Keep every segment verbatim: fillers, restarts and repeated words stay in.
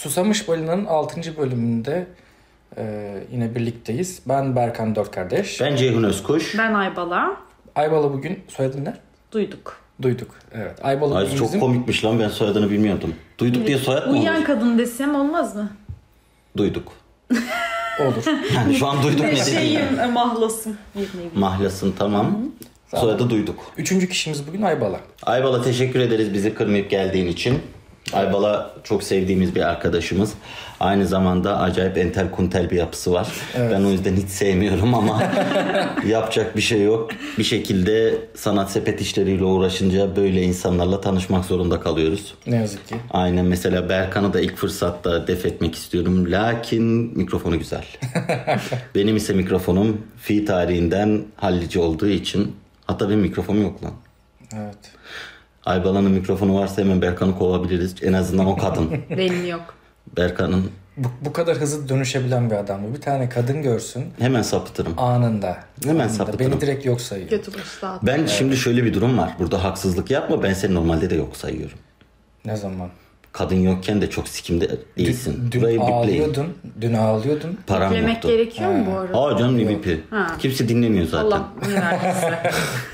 Susamış Balina'nın altıncı bölümünde e, yine birlikteyiz. Ben Berkan Dört Kardeş. Ben Ceyhun Özkuş. Ben Aybala. Aybala bugün soyadın ne? Duyduk. Duyduk. Evet. Aybala Ay bugün çok bizim... komikmiş lan, ben soyadını bilmiyordum. Duyduk diye soyad mı olur? Uyuyan kadın desem olmaz mı? Duyduk. Olur. Yani şu an duyduk ne dediğini. Şeyim, e, mahlasım. Mahlasın, tamam. Tamam. Soyadı duyduk. Üçüncü kişimiz bugün Aybala. Aybala, teşekkür ederiz bizi kırmayıp geldiğin için. Aybala çok sevdiğimiz bir arkadaşımız. Aynı zamanda acayip entel kuntel bir yapısı var. Evet. Ben o yüzden hiç sevmiyorum ama yapacak bir şey yok. Bir şekilde sanat sepet işleriyle uğraşınca böyle insanlarla tanışmak zorunda kalıyoruz. Ne yazık ki. Aynen, mesela Berkan'ı da ilk fırsatta def etmek istiyorum. Lakin mikrofonu güzel. Benim ise mikrofonum fi tarihinden hallici olduğu için, hatta benim mikrofonum yok lan. Evet. Aybala'nın mikrofonu varsa hemen Berkan'ı kovabiliriz. En azından o kadın. Benim yok. Berkan'ın... Bu, bu kadar hızlı dönüşebilen bir adam mı? Bir tane kadın görsün. Hemen sapıtırım. Anında. Hemen anında. sapıtırım. Beni direkt yok sayıyor. Götü başı dağıtır. Ben evet. Şimdi şöyle bir durum var. Burada haksızlık yapma. Ben seni normalde de yok sayıyorum. Ne zaman? Kadın yokken de çok sikimde değilsin. Dün, dün ağlıyordun. Dün ağlıyordun. Param Yüklemek yoktu. gerekiyor mu bu arada? Aa canım, ne bipi. Kimse dinlemiyor zaten. Allah ne verdiyse.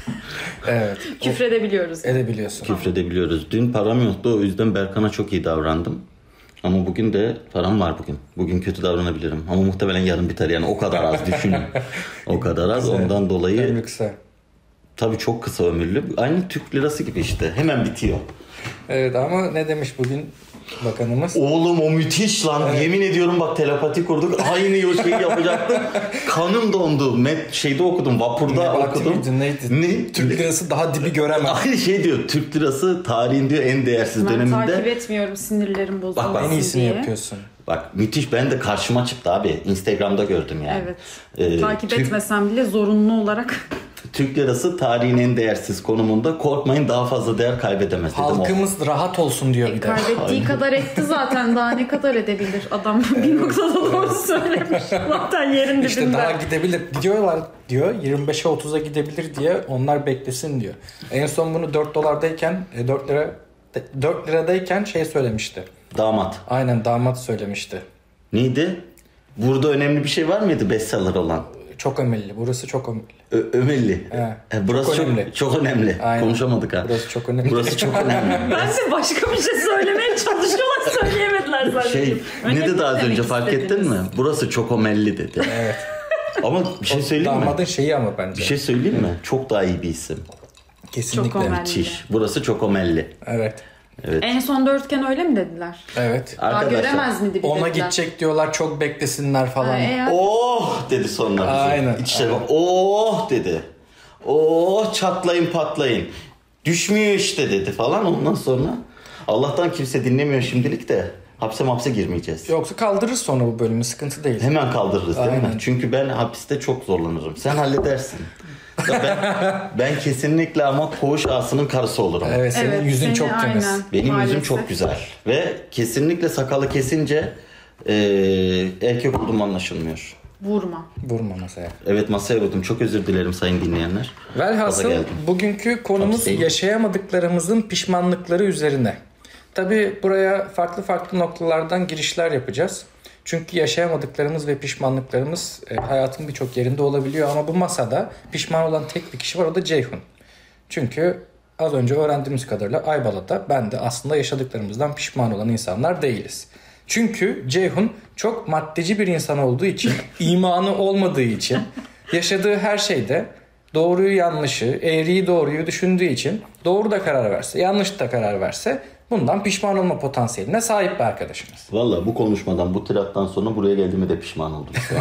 Evet. Küfredebiliyoruz. Edebiliyorsun. Küfredebiliyoruz. Dün param yoktu, o yüzden Berkan'a çok iyi davrandım. Ama bugün de param var bugün. Bugün kötü davranabilirim. Ama muhtemelen yarın biter yani. O kadar az düşünün. O kadar az. Ondan dolayı... Ömrü kısa. Tabii çok kısa ömürlü. Aynı Türk lirası gibi işte. Hemen bitiyor. Evet, ama ne demiş bugün bakanımız? Oğlum o müthiş lan. Evet. Yemin ediyorum bak, telepati kurduk. Aynı o şeyi yapacaktım. Kanım dondu. Met şeyde okudum. Vapurda ne, okudum. Miydi, neydi? Ne? Türk lirası daha dibi göremez. Aynı şey diyor. Türk lirası tarihin diyor en değersiz ben döneminde. Ben takip etmiyorum, sinirlerim bozulmasın Bak, en iyisini diye. yapıyorsun. Bak müthiş, ben de karşıma çıktı abi. Instagram'da gördüm yani. Evet. Ee, takip Türk... etmesem bile zorunlu olarak. Türk lirası tarihin en değersiz konumunda. Korkmayın, daha fazla değer kaybedemez dedim. Halkımız o. rahat olsun diyor e, bir de. Kaybettiği Aynen. kadar etti zaten. Daha ne kadar edebilir? Adam bir noktada doğru söylemiş. Zaten yerin dibinde. İşte daha gidebilir. Gidiyorlar diyor. yirmi beşe otuza gidebilir diye onlar beklesin diyor. En son bunu dört dolardayken dört lira dört liradayken şey söylemişti. Damat. Aynen, damat söylemişti. Neydi? Burada önemli bir şey var mıydı bestseller olan? Çok ömelli. Burası çok ömelli. Ö- ömelli. He, e, burası çok çok önemli. Çok, çok önemli. Aynen. Konuşamadık ha. Burası çok önemli. Burası çok önemli. Ben de başka bir şey söylemeye çalışıyorlar, söyleyemediler zaten. Şey, ne dedi az önce, fark ettin mi? Burası çok ömelli dedi. Evet. Ama bir şey söyleyeyim mi? Damadın şeyi ama bence. Bir şey söyleyeyim mi? Çok daha iyi bir isim. Kesinlikle. Çok ömelli. Müthiş. Burası çok ömelli. Evet. Evet. En son dörtgen öyle mi dediler? Evet. Daha Arkadaşlar, göremez miydi bir Ona dediler. gidecek diyorlar, çok beklesinler falan. Ha, eğer... Oh dedi sonra bize. Aynen. İçişleri Bakanı, oh dedi. Oh, çatlayın patlayın. Düşmüyor işte dedi falan. Ondan sonra Allah'tan kimse dinlemiyor şimdilik de. Hapse mapse girmeyeceğiz. Yoksa kaldırırız sonra bu bölümü, sıkıntı değil. Hemen kaldırırız değil Aynen. mi? Çünkü ben hapiste çok zorlanırım. Sen halledersin. ben, ben kesinlikle ama koğuş ağasının karısı olurum. Evet, senin Evet, yüzün seni çok temiz. aynen. Benim Maalesef. yüzüm çok güzel. Ve kesinlikle sakalı kesince e, erkek olduğum anlaşılmıyor. Vurma. Vurma masaya. Evet, masaya vurdum. Çok özür dilerim sayın dinleyenler. Velhasıl Gaza bugünkü konumuz Hapisteyim. yaşayamadıklarımızın pişmanlıkları üzerine. Tabii buraya farklı farklı noktalardan girişler yapacağız. Çünkü yaşayamadıklarımız ve pişmanlıklarımız e, hayatın birçok yerinde olabiliyor. Ama bu masada pişman olan tek bir kişi var, o da Ceyhun. Çünkü az önce öğrendiğimiz kadarıyla Aybala'da ben de aslında yaşadıklarımızdan pişman olan insanlar değiliz. Çünkü Ceyhun çok maddeci bir insan olduğu için, imanı olmadığı için, yaşadığı her şeyde doğruyu yanlışı, eğriyi doğruyu düşündüğü için doğru da karar verse, yanlış da karar verse bundan pişman olma potansiyeline sahip bir arkadaşımız. Valla bu konuşmadan, bu tirattan sonra buraya geldiğime de pişman oldum şu an.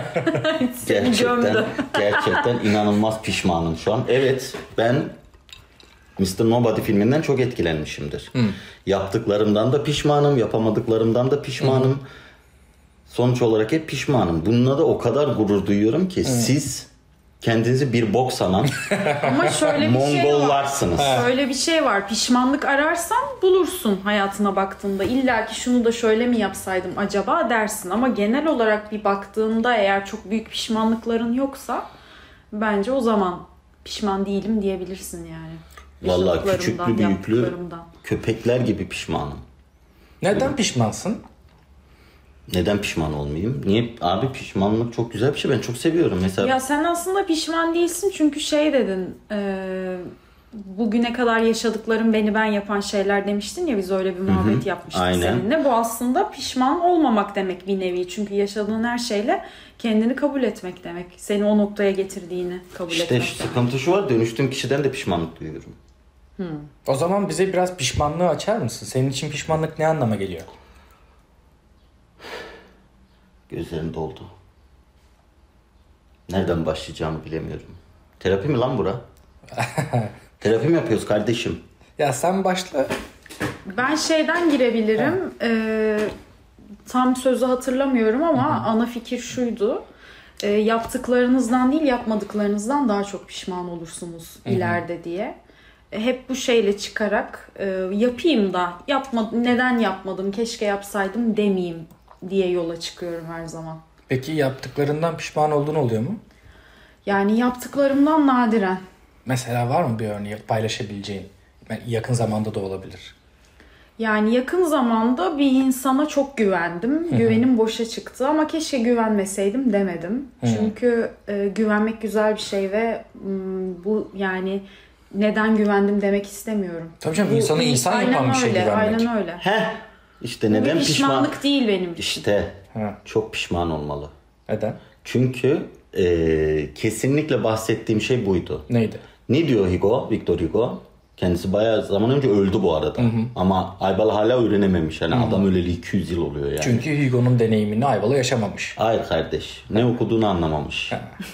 gerçekten, gerçekten inanılmaz pişmanım şu an. Evet, ben mister Nobody filminden çok etkilenmişimdir. Hmm. Yaptıklarımdan da pişmanım, yapamadıklarımdan da pişmanım. Hmm. Sonuç olarak hep pişmanım. Bununla da o kadar gurur duyuyorum ki hmm. siz kendinizi bir bok sanan Ama şöyle bir şey var. Mongollarsınız. Şöyle bir şey var. Pişmanlık ararsan bulursun hayatına baktığında. İlla ki şunu da şöyle mi yapsaydım acaba dersin. Ama genel olarak bir baktığında eğer çok büyük pişmanlıkların yoksa bence o zaman pişman değilim diyebilirsin yani. Vallahi küçüklü büyüklü köpekler gibi pişmanım. Neden pişmansın? Neden pişman olmayayım? Niye? Abi pişmanlık çok güzel bir şey. Ben çok seviyorum. Mesela Ya sen aslında pişman değilsin çünkü şey dedin, e, bugüne kadar yaşadıklarım beni ben yapan şeyler demiştin ya, biz öyle bir muhabbet yapmıştık aynen. seninle. Bu aslında pişman olmamak demek bir nevi. Çünkü yaşadığın her şeyle kendini kabul etmek demek. Seni o noktaya getirdiğini kabul işte etmek şu demek. sıkıntı şu var. Dönüştüğüm kişiden de pişmanlık duyuyorum. Hmm. O zaman bize biraz pişmanlığı açar mısın? Senin için pişmanlık ne anlama geliyor? Gözlerim doldu. Nereden başlayacağımı bilemiyorum. Terapi mi lan bura? Terapi mi yapıyoruz kardeşim? Ya sen başla. Ben şeyden girebilirim. Ee, tam sözü hatırlamıyorum ama Hı-hı. ana fikir şuydu. Ee, yaptıklarınızdan değil yapmadıklarınızdan daha çok pişman olursunuz Hı-hı. ileride diye. Hep bu şeyle çıkarak e, yapayım da yapma, neden yapmadım, keşke yapsaydım demeyeyim diye yola çıkıyorum her zaman. Peki yaptıklarından pişman olduğun oluyor mu? Yani yaptıklarımdan nadiren. Mesela var mı bir örneği paylaşabileceğin? Yakın zamanda da olabilir. Yani yakın zamanda bir insana çok güvendim. Hı-hı. Güvenim boşa çıktı ama keşke güvenmeseydim demedim. Hı-hı. Çünkü e, güvenmek güzel bir şey ve m, bu yani neden güvendim demek istemiyorum. Tabii canım, insanı insan yapan bir şey öyle, güvenmek. Aynen öyle. Heh. İşte neden bu bir pişmanlık pişman... değil benim için. İşte Hı. çok pişman olmalı. Neden? Çünkü e, kesinlikle bahsettiğim şey buydu. Neydi? Ne diyor Hugo? Victor Hugo? Kendisi bayağı zaman önce öldü bu arada. Hı hı. Ama Aybal hala öğrenememiş. Yani hı. adam öleli iki yüz yıl oluyor yani. Çünkü Hugo'nun deneyimini Aybal yaşamamış. Hayır kardeş. Ne okuduğunu anlamamış.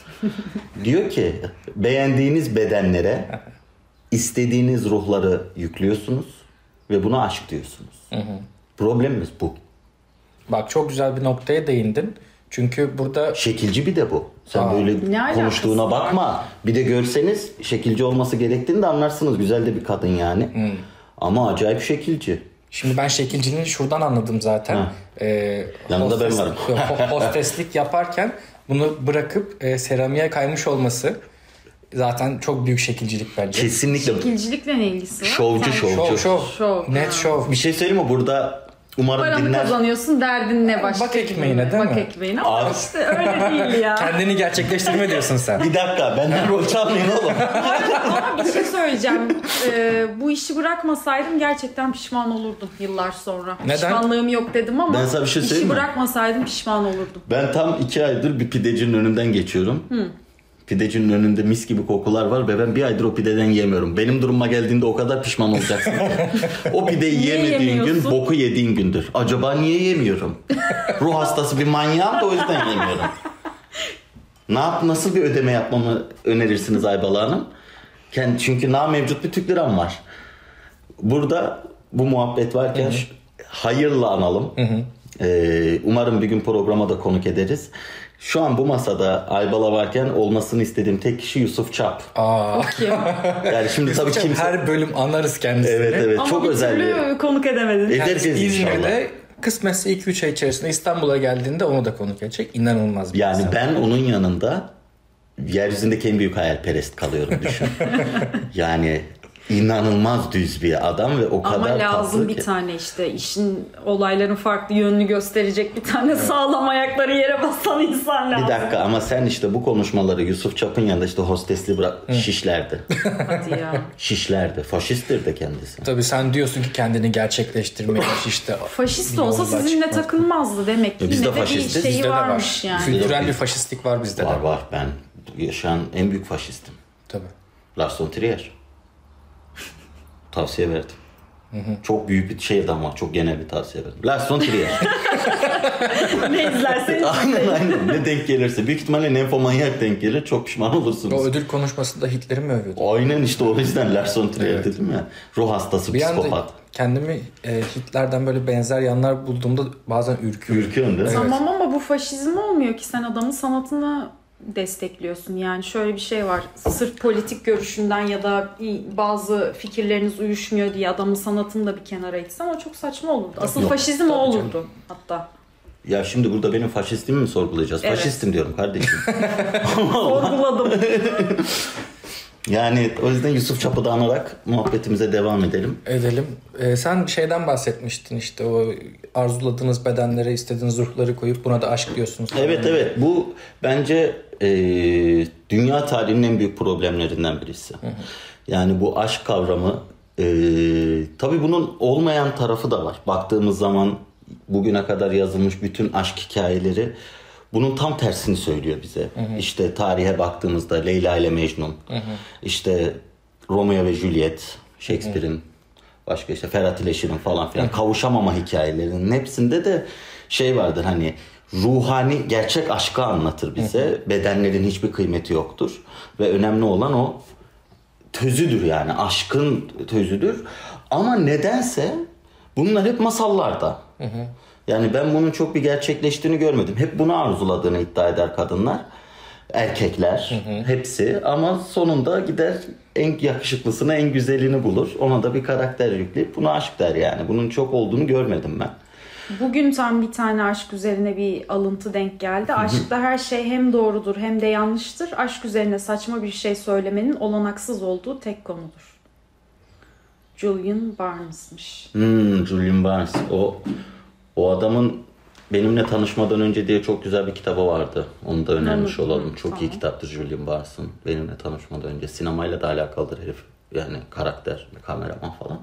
Diyor ki beğendiğiniz bedenlere istediğiniz ruhları yüklüyorsunuz ve buna aşk diyorsunuz. Hı hı. Problemimiz bu. Bak çok güzel bir noktaya değindin. Çünkü burada... Şekilci bir de bu. Sen Aa, böyle konuştuğuna bakma. Var? Bir de görseniz şekilci olması gerektiğini de anlarsınız. Güzel de bir kadın yani. Hmm. Ama acayip şekilci. Şimdi ben şekilciliğini şuradan anladım zaten. Ee, Yanında hostes, ben varım. Hosteslik yaparken bunu bırakıp e, seramiğe kaymış olması zaten çok büyük şekilcilik bence. Kesinlikle. Şekilcilikle ne ilgisi var? Şovcu, şovcu. Şov, şov. Şov. Net şov. Bir şey söyleyeyim mi? Burada umarım paranı dinler. kazanıyorsun, derdin ne başka? Bak ekmeğine değil mi? Bak ekmeğine ama Abi. işte öyle değil ya. Kendini gerçekleştirme diyorsun sen. Bir dakika, benden rol çalmayın oğlum. Ama bir şey söyleyeceğim. Ee, bu işi bırakmasaydım gerçekten pişman olurdum yıllar sonra. Neden? Pişmanlığım yok dedim ama Ben sana bir şey işi söyleyeyim mi? bırakmasaydım pişman olurdum. Ben tam iki aydır bir pidecinin önünden geçiyorum. Hı. Pidecinin önünde mis gibi kokular var ve ben bir aydır o pideden yemiyorum. Benim duruma geldiğinde o kadar pişman olacaksın ki. O pideyi Niye yemediğin gün boku yediğin gündür. Acaba niye yemiyorum? Ruh hastası bir manyağım da o yüzden yemiyorum. Ne yap, nasıl bir ödeme yapmamı önerirsiniz Aybala Hanım? Çünkü na mevcut bir Türk liram var. Burada bu muhabbet varken hı hı. hayırla analım. Hı hı. Ee, umarım bir gün programa da konuk ederiz. Şu an bu masada Aybala varken olmasını istediğim tek kişi Yusuf Çap. Aa. Yani şimdi tabii Çap, kimse... her bölüm anarız kendisini. Evet evet ama çok özel. Ama bir türlü konuk edemedin. Ederiz İzmir'de kısmetse iki üç ay içerisinde İstanbul'a geldiğinde onu da konuk edecek. İnanılmaz bir Yani insan. ben onun yanında yeryüzündeki en büyük hayalperest kalıyorum düşün. Yani inanılmaz düz bir adam ve o kadar ama lazım tatlı bir ki. tane işte işin olayların farklı yönünü gösterecek bir tane evet. sağlam ayakları yere basan insan lazım. Bir dakika ama sen işte bu konuşmaları Yusuf Çap'ın yanında işte hostesli bırak Hı. şişlerdi. Hadi ya. Şişlerdi. Faşisttir de kendisi. Tabii sen diyorsun ki kendini gerçekleştirmek işte. Faşist olsa sizinle çıkmaz. Takılmazdı demek ki. Biz Yine de de faşistiz. bir şeyi Bizde varmış var. yani. Kültürel bir faşistlik var bizde var, de. Var var ben yaşayan en büyük faşistim. Tabii. Lars von Trier. Tavsiye verdim. Hı hı. Çok büyük bir şey ama çok genel bir tavsiye verdim. Lars von Trier. Ne izlerseniz aynen aynen. Ne denk gelirse. Büyük ihtimalle nymfomanyak denk gelir. Çok pişman olursunuz. O ödül konuşmasında Hitler'i mi övüyordu? Aynen işte o yüzden Lars von Trier evet. dedim ya. Ruh hastası, bir psikopat. Kendimi e, Hitler'den böyle benzer yanlar bulduğumda bazen ürküyorum. Ürküyorsun değil mi? Evet. Tamam ama bu faşizm olmuyor ki, sen adamın sanatını destekliyorsun. Yani şöyle bir şey var. Sırf politik görüşünden ya da bazı fikirleriniz uyuşmuyor diye adamın sanatını da bir kenara itsen o çok saçma olurdu. Asıl Yok, faşizm o olurdu canım. Hatta. Ya şimdi burada benim faşistimi mi sorgulayacağız? Evet. Faşistim diyorum kardeşim. Sorguladım. Yani o yüzden Yusuf Çapı'da anarak muhabbetimize devam edelim. Edelim. Ee, sen bir şeyden bahsetmiştin işte o arzuladığınız bedenlere istediğiniz ruhları koyup buna da aşk diyorsunuz. Evet evet bu bence e, dünya tarihinin en büyük problemlerinden birisi. Hı hı. Yani bu aşk kavramı e, tabii bunun olmayan tarafı da var. Baktığımız zaman bugüne kadar yazılmış bütün aşk hikayeleri bunun tam tersini söylüyor bize. Hı hı. İşte tarihe baktığımızda Leyla ile Mecnun, hı hı. işte Romeo ve Juliet, Shakespeare'in, başka işte Ferhat ile Şirin falan filan, hı hı. kavuşamama hikayelerinin hepsinde de şey vardır hani ruhani gerçek aşkı anlatır bize. Hı hı. Bedenlerin hiçbir kıymeti yoktur ve önemli olan o tözüdür yani aşkın tözüdür. Ama nedense bunlar hep masallarda. Hı hı. Yani ben bunun çok bir gerçekleştiğini görmedim. Hep bunu arzuladığını iddia eder kadınlar. Erkekler hı hı. hepsi ama sonunda gider en yakışıklısını, en güzelini bulur. Ona da bir karakter yükleyip buna aşk der yani. Bunun çok olduğunu görmedim ben. Bugün tam bir tane aşk üzerine bir alıntı denk geldi. Hı hı. Aşkta her şey hem doğrudur hem de yanlıştır. Aşk üzerine saçma bir şey söylemenin olanaksız olduğu tek konudur. Julian Barnes'mış. Hmm, Julian Barnes. O O adamın benimle tanışmadan önce diye çok güzel bir kitabı vardı. Onu da önermiş Anladım. olalım. Çok tamam. iyi kitaptır Julian Barnes'ın. Benimle tanışmadan önce. Sinemayla da alakalıdır herif. Yani karakter, kameraman falan.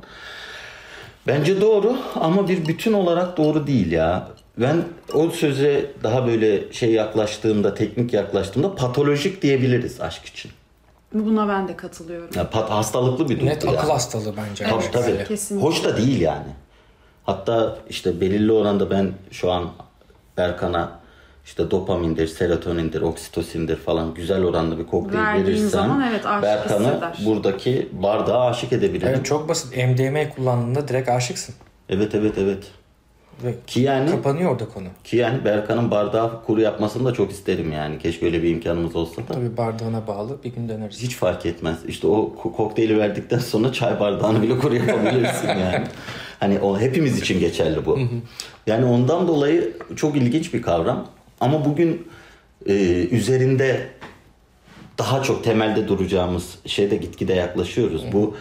Bence doğru ama bir bütün olarak doğru değil ya. Ben o söze daha böyle şey yaklaştığımda, teknik yaklaştığımda patolojik diyebiliriz aşk için. Buna ben de katılıyorum. Ya, pat, hastalıklı bir durum. Net akıl yani. Hastalığı bence. Evet, tabii. Kesinlikle. Hoş da değil yani. Hatta işte belirli oranda ben şu an Berkan'a işte dopamindir, serotonindir, oksitosindir falan güzel oranda bir kokteyl Verdiğin verirsem zaman evet, Berkan'ı hisseder. buradaki bardağa aşık edebilirim. Evet, çok basit. M D M A kullandığında direkt aşıksın. Evet evet evet. Ve ki yani kapanıyor orada konu. Ki yani Berkan'ın bardağı kuru yapmasını da çok isterim yani. Keşke öyle bir imkanımız olsa da. Tabii bardağına bağlı bir gün döneriz. Hiç fark etmez. İşte o kokteyli verdikten sonra çay bardağını bile kuru yapabilirsin yani. Hani o hepimiz için geçerli bu. Yani ondan dolayı çok ilginç bir kavram. Ama bugün e, üzerinde daha çok temelde duracağımız şeyde gitgide yaklaşıyoruz. Bu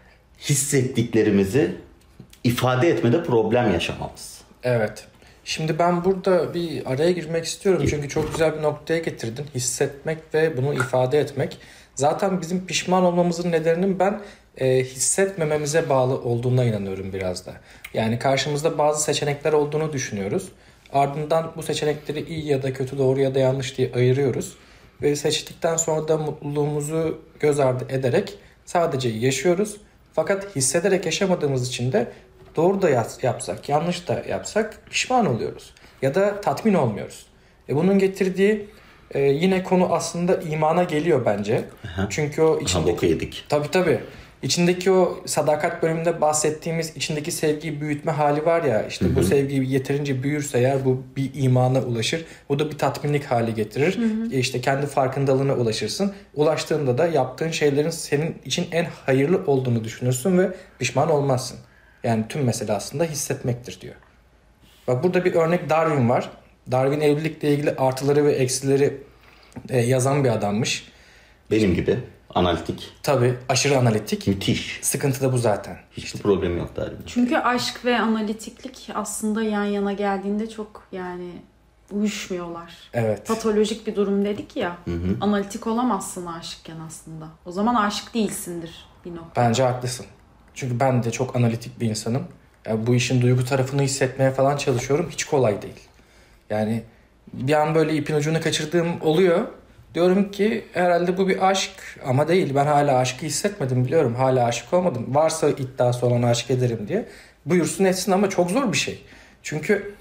hissettiklerimizi ifade etmede problem yaşamamız. Evet. Şimdi ben burada bir araya girmek istiyorum. Çünkü çok güzel bir noktaya getirdin. Hissetmek ve bunu ifade etmek. Zaten bizim pişman olmamızın nedeninin ben e, hissetmememize bağlı olduğuna inanıyorum biraz da. Yani karşımızda bazı seçenekler olduğunu düşünüyoruz. Ardından bu seçenekleri iyi ya da kötü, doğru ya da yanlış diye ayırıyoruz. Ve seçtikten sonra da mutluluğumuzu göz ardı ederek sadece yaşıyoruz. Fakat hissederek yaşamadığımız için de doğru da yapsak, yanlış da yapsak pişman oluyoruz. Ya da tatmin olmuyoruz. E bunun getirdiği e, yine konu aslında imana geliyor bence. Aha. Çünkü o içindeki... yedik. Tabii tabii. İçindeki o sadakat bölümünde bahsettiğimiz içindeki sevgiyi büyütme hali var ya. İşte hı hı. bu sevgi yeterince büyürse eğer bu bir imana ulaşır. Bu da bir tatminlik hali getirir. Hı hı. E işte kendi farkındalığına ulaşırsın. Ulaştığında da yaptığın şeylerin senin için en hayırlı olduğunu düşünürsün ve pişman olmazsın. Yani tüm mesele aslında hissetmektir diyor. Bak burada bir örnek Darwin var. Darwin evlilikle ilgili artıları ve eksileri e, yazan bir adammış. Benim gibi analitik. Tabii aşırı analitik. Müthiş. Sıkıntı da bu zaten. Hiçbir işte. Problemi yok Darwin. Çünkü aşk ve analitiklik aslında yan yana geldiğinde çok yani uyuşmuyorlar. Evet. Patolojik bir durum dedik ya. Hı hı. Analitik olamazsın aşıkken aslında. O zaman aşık değilsindir bir nokta. Bence haklısın. Çünkü ben de çok analitik bir insanım. Yani bu işin duygu tarafını hissetmeye falan çalışıyorum. Hiç kolay değil. Yani bir an böyle ipin ucunu kaçırdığım oluyor. Diyorum ki herhalde bu bir aşk ama değil. Ben hala aşkı hissetmedim biliyorum. Hala aşık olmadım. Varsa iddiası olan aşık ederim diye. Buyursun etsin ama çok zor bir şey. Çünkü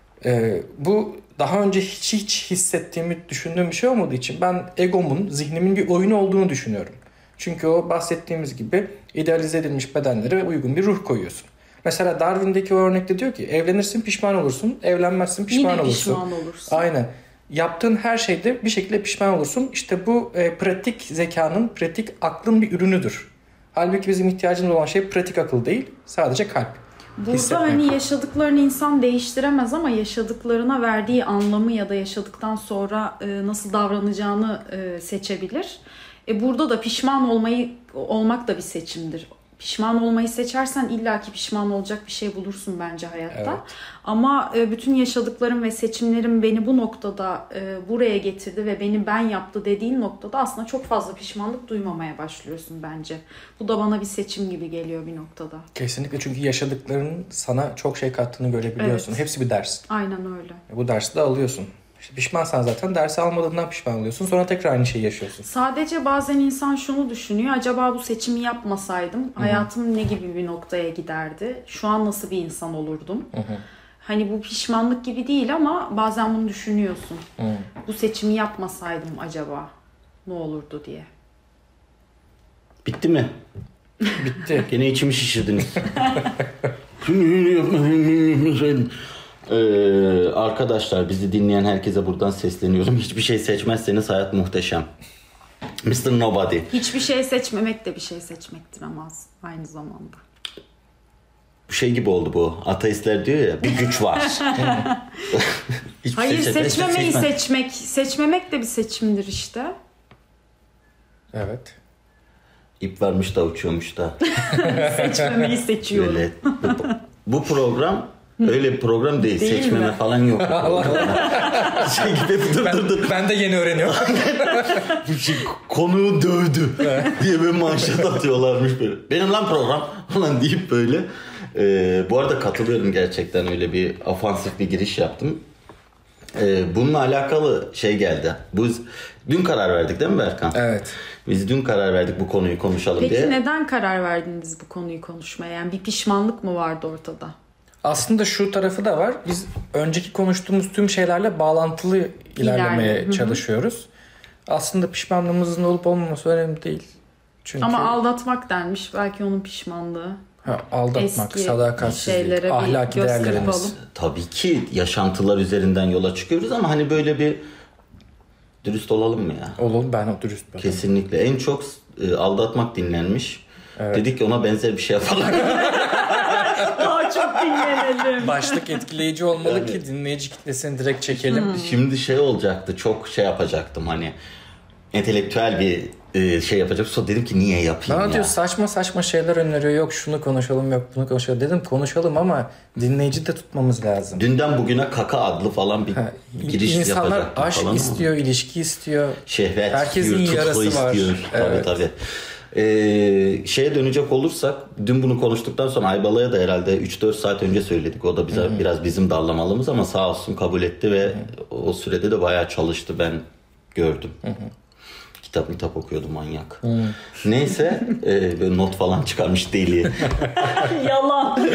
e, bu daha önce hiç hiç hissettiğimi düşündüğüm bir şey olmadığı için ben egomun, zihnimin bir oyunu olduğunu düşünüyorum. Çünkü o bahsettiğimiz gibi idealize edilmiş bedenlere uygun bir ruh koyuyorsun. Mesela Darwin'deki o örnekte diyor ki evlenirsin pişman olursun, evlenmezsin pişman Yine olursun. Yine pişman olursun. Aynen. Yaptığın her şeyde bir şekilde pişman olursun. İşte bu e, pratik zekanın, pratik aklın bir ürünüdür. Halbuki bizim ihtiyacımız olan şey pratik akıl değil, sadece kalp. Burada Hissetmek. hani yaşadıklarını insan değiştiremez ama yaşadıklarına verdiği anlamı ya da yaşadıktan sonra e, nasıl davranacağını e, seçebilir. E burada da pişman olmayı olmak da bir seçimdir. Pişman olmayı seçersen illaki pişman olacak bir şey bulursun bence hayatta. Evet. Ama e, bütün yaşadıklarım ve seçimlerim beni bu noktada e, buraya getirdi ve beni ben yaptı dediğin noktada aslında çok fazla pişmanlık duymamaya başlıyorsun bence. Bu da bana bir seçim gibi geliyor bir noktada. Kesinlikle, çünkü yaşadıkların sana çok şey kattığını görebiliyorsun. Evet. Hepsi bir ders. Aynen öyle. Bu dersi de alıyorsun. İşte pişmansan zaten dersi almadığından pişman oluyorsun. Sonra tekrar aynı şeyi yaşıyorsun. Sadece bazen insan şunu düşünüyor. Acaba bu seçimi yapmasaydım Hı-hı. hayatım ne gibi bir noktaya giderdi? Şu an nasıl bir insan olurdum? Hı-hı. Hani bu pişmanlık gibi değil ama bazen bunu düşünüyorsun. Hı. Bu seçimi yapmasaydım acaba ne olurdu diye. Bitti mi? Bitti. Gene içimi şişirdiniz. Ee, arkadaşlar, bizi dinleyen herkese buradan sesleniyorum. Hiçbir şey seçmezseniz hayat muhteşem. mister Nobody. Hiçbir şey seçmemek de bir şey seçmektir ama aynı zamanda. Bu şey gibi oldu bu. Ateistler diyor ya, bir güç var. Hayır, şey seçmemeyi seçmez. seçmek. Seçmemek de bir seçimdir işte. Evet. İp varmış da uçuyormuş da. Seçmemeyi seçiyorum. Öyle. Bu, bu program öyle bir program değil. Değil Seçmeme mi? falan yok. şey gibi dur Ben, dur dur. ben de yeni öğreniyorum. Bu şey, konuğu dövdü diye bir manşet atıyorlarmış böyle. Benim lan program falan deyip böyle. Ee, bu arada katılıyorum, gerçekten öyle bir ofansif bir giriş yaptım. Ee, bununla alakalı şey geldi. Biz dün karar verdik değil mi Berkan? Evet. Biz dün karar verdik bu konuyu konuşalım Peki diye. Peki neden karar verdiniz bu konuyu konuşmaya? Yani bir pişmanlık mı vardı ortada? Aslında şu tarafı da var. Biz önceki konuştuğumuz tüm şeylerle bağlantılı ilerlemeye İlerle. çalışıyoruz. Aslında pişmanlığımızın olup olmaması önemli değil. Çünkü Ama aldatmak denmiş. Belki onun pişmanlığı. ha, aldatmak, Eski sadakatsizlik, şeylere bir ahlaki göz değerlerimiz. kırpalım. Tabii ki yaşantılar üzerinden yola çıkıyoruz ama hani böyle bir dürüst olalım mı ya? Olalım, ben o dürüst bir adamım. Kesinlikle. En çok e, aldatmak dinlenmiş. Evet. Dedik ki ona benzer bir şey yapalım. Daha çok dinlenelim. Başlık etkileyici olmalı Yani. ki dinleyici kitlesini direkt çekelim. Hmm. Şimdi şey olacaktı, çok şey yapacaktım hani entelektüel bir e, şey yapacaktım. Sonra dedim ki niye yapayım Bana ya? diyor saçma saçma şeyler öneriyor. Yok şunu konuşalım, yok bunu konuşalım. Dedim konuşalım ama dinleyici de tutmamız lazım. Dünden bugüne Kaka adlı falan bir Ha, giriş İnsanlar yapacaktım aşk falan ama. istiyor, ilişki istiyor. Şehvet Herkesin istiyor, tutku yarası var. istiyor. Evet. Tabii tabii. Ee, şeye dönecek olursak, dün bunu konuştuktan sonra Aybala'ya da herhalde üç dört saat önce söyledik. O da bize Hı-hı. biraz bizim darlamalımız ama sağ olsun kabul etti ve Hı-hı. o sürede de bayağı çalıştı, ben gördüm. Hı-hı. Kitap kitap okuyordu manyak. Hı. Neyse e, böyle not falan çıkarmış deli. Yalan.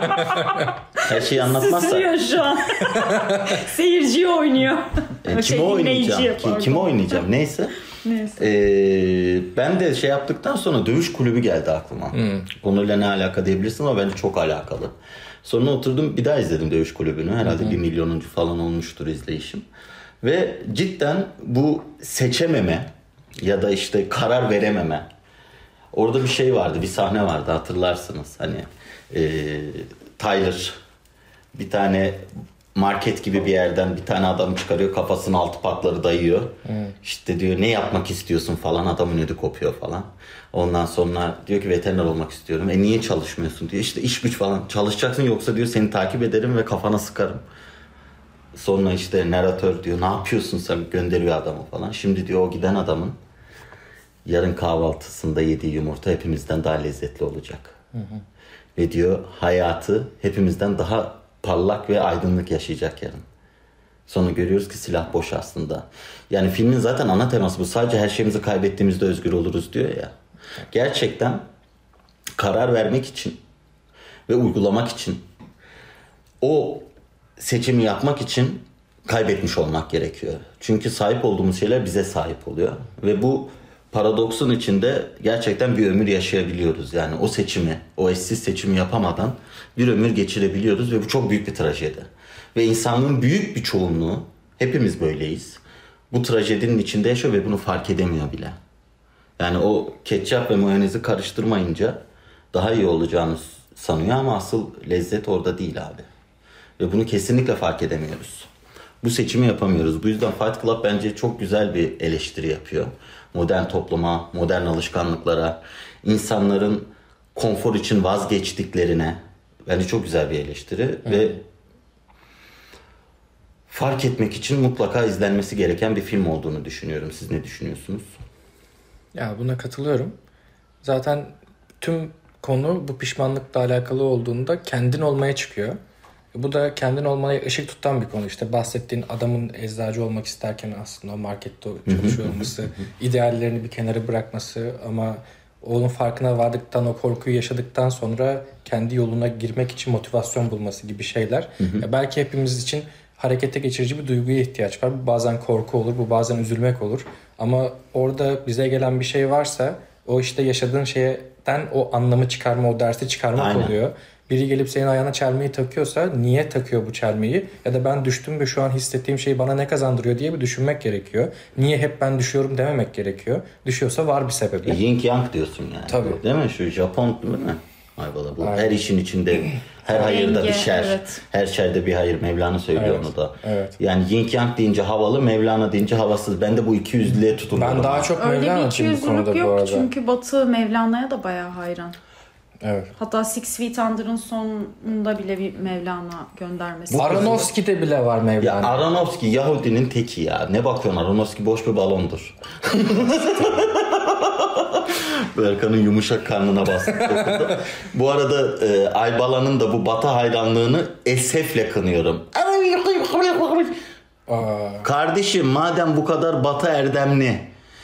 Her şeyi anlatmazsa. Susuyor şu an. Seyirciyi oynuyor. E, Şey, kime oynayacağım? dinleyiciye, Ki, pardon. kime oynayacağım? Neyse. Neyse. Ee, ben de şey yaptıktan sonra dövüş kulübü geldi aklıma. Hmm. Konuyla ne alaka diyebilirsin ama bence çok alakalı. Sonra oturdum bir daha izledim dövüş kulübünü. Herhalde hmm. bir milyonuncu falan olmuştur izleyişim. Ve cidden bu seçememe ya da işte karar verememe. Orada bir şey vardı, bir sahne vardı, hatırlarsınız. Hani e, Tyler bir tane market gibi bir yerden bir tane adam çıkarıyor, kafasının altı patları dayıyor. Hmm. İşte diyor ne yapmak istiyorsun falan, adamın ödü kopuyor falan. Ondan sonra diyor ki veteriner olmak istiyorum. E niye çalışmıyorsun diyor. İşte iş güç falan, çalışacaksın yoksa diyor seni takip ederim ve kafana sıkarım. Sonra işte narratör diyor ne yapıyorsun sen, gönderiyor adamı falan. Şimdi diyor o giden adamın yarın kahvaltısında yediği yumurta hepimizden daha lezzetli olacak. Hı hı. Ve diyor hayatı hepimizden daha parlak ve aydınlık yaşayacak yarın. Sonra görüyoruz ki silah boş aslında. Yani filmin zaten ana teması bu. Sadece her şeyimizi kaybettiğimizde özgür oluruz diyor ya. Gerçekten karar vermek için ve uygulamak için, o seçimi yapmak için kaybetmiş olmak gerekiyor. Çünkü sahip olduğumuz şeyler bize sahip oluyor. Ve bu paradoksun içinde gerçekten bir ömür yaşayabiliyoruz. Yani o seçimi, o eşsiz seçimi yapamadan bir ömür geçirebiliyoruz ve bu çok büyük bir trajedi. Ve insanlığın büyük bir çoğunluğu, hepimiz böyleyiz, bu trajedinin içinde yaşıyor ve bunu fark edemiyor bile. Yani o ketçap ve mayonezi karıştırmayınca daha iyi olacağını sanıyor ama asıl lezzet orada değil abi. Ve bunu kesinlikle fark edemiyoruz. Bu seçimi yapamıyoruz. Bu yüzden Fight Club bence çok güzel bir eleştiri yapıyor. modern topluma, modern alışkanlıklara, insanların konfor için vazgeçtiklerine bence çok güzel bir eleştiri Hı. ve fark etmek için mutlaka izlenmesi gereken bir film olduğunu düşünüyorum. Siz ne düşünüyorsunuz? Ya buna katılıyorum. Zaten tüm konu bu pişmanlıkla alakalı olduğunda kendin olmaya çıkıyor. Bu da kendin olmaya ışık tutan bir konu. İşte bahsettiğin adamın eczacı olmak isterken aslında o markette çalışıyor olması, ideallerini bir kenara bırakması ama onun farkına vardıktan, o korkuyu yaşadıktan sonra kendi yoluna girmek için motivasyon bulması gibi şeyler. Ya belki hepimiz için harekete geçirici bir duyguya ihtiyaç var. Bu bazen korku olur, bu bazen üzülmek olur. Ama orada bize gelen bir şey varsa o işte yaşadığın şeyden o anlamı çıkarma, o dersi çıkarmak Aynen. oluyor. Biri gelip senin ayağına çelmeyi takıyorsa niye takıyor bu çelmeyi? Ya da ben düştüm ve şu an hissettiğim şey bana ne kazandırıyor diye bir düşünmek gerekiyor. Niye hep ben düşüyorum dememek gerekiyor. Düşüyorsa var bir sebebi. Yin yang diyorsun yani. Tabii. Değil mi? Şu Japon değil mi? Ayvalı bu. Aynen. Her işin içinde her hayırda bir şer. Evet. Her şerde bir hayır. Mevlana söylüyor evet. onu da. Evet. Yani yin yang deyince havalı, Mevlana deyince havasız. Ben de bu iki yüzlülüğe tutuluyorum. Ben daha çok Mevlana'cıyım bu konuda yok, bu arada. Çünkü Batı Mevlana'ya da bayağı hayran. Evet. Hatta Six Feet Under'ın sonunda bile bir Mevlana göndermesi. Bu Aronofsky'de bile var Mevlana. Ya Aronofsky Yahudinin teki ya. Ne bakıyorsun, Aronofsky boş bir balondur. Berkan'ın yumuşak karnına bastık. Bu arada e, Aybala'nın da bu Batı hayranlığını esefle kınıyorum. Aa. Kardeşim madem bu kadar Batı erdemli,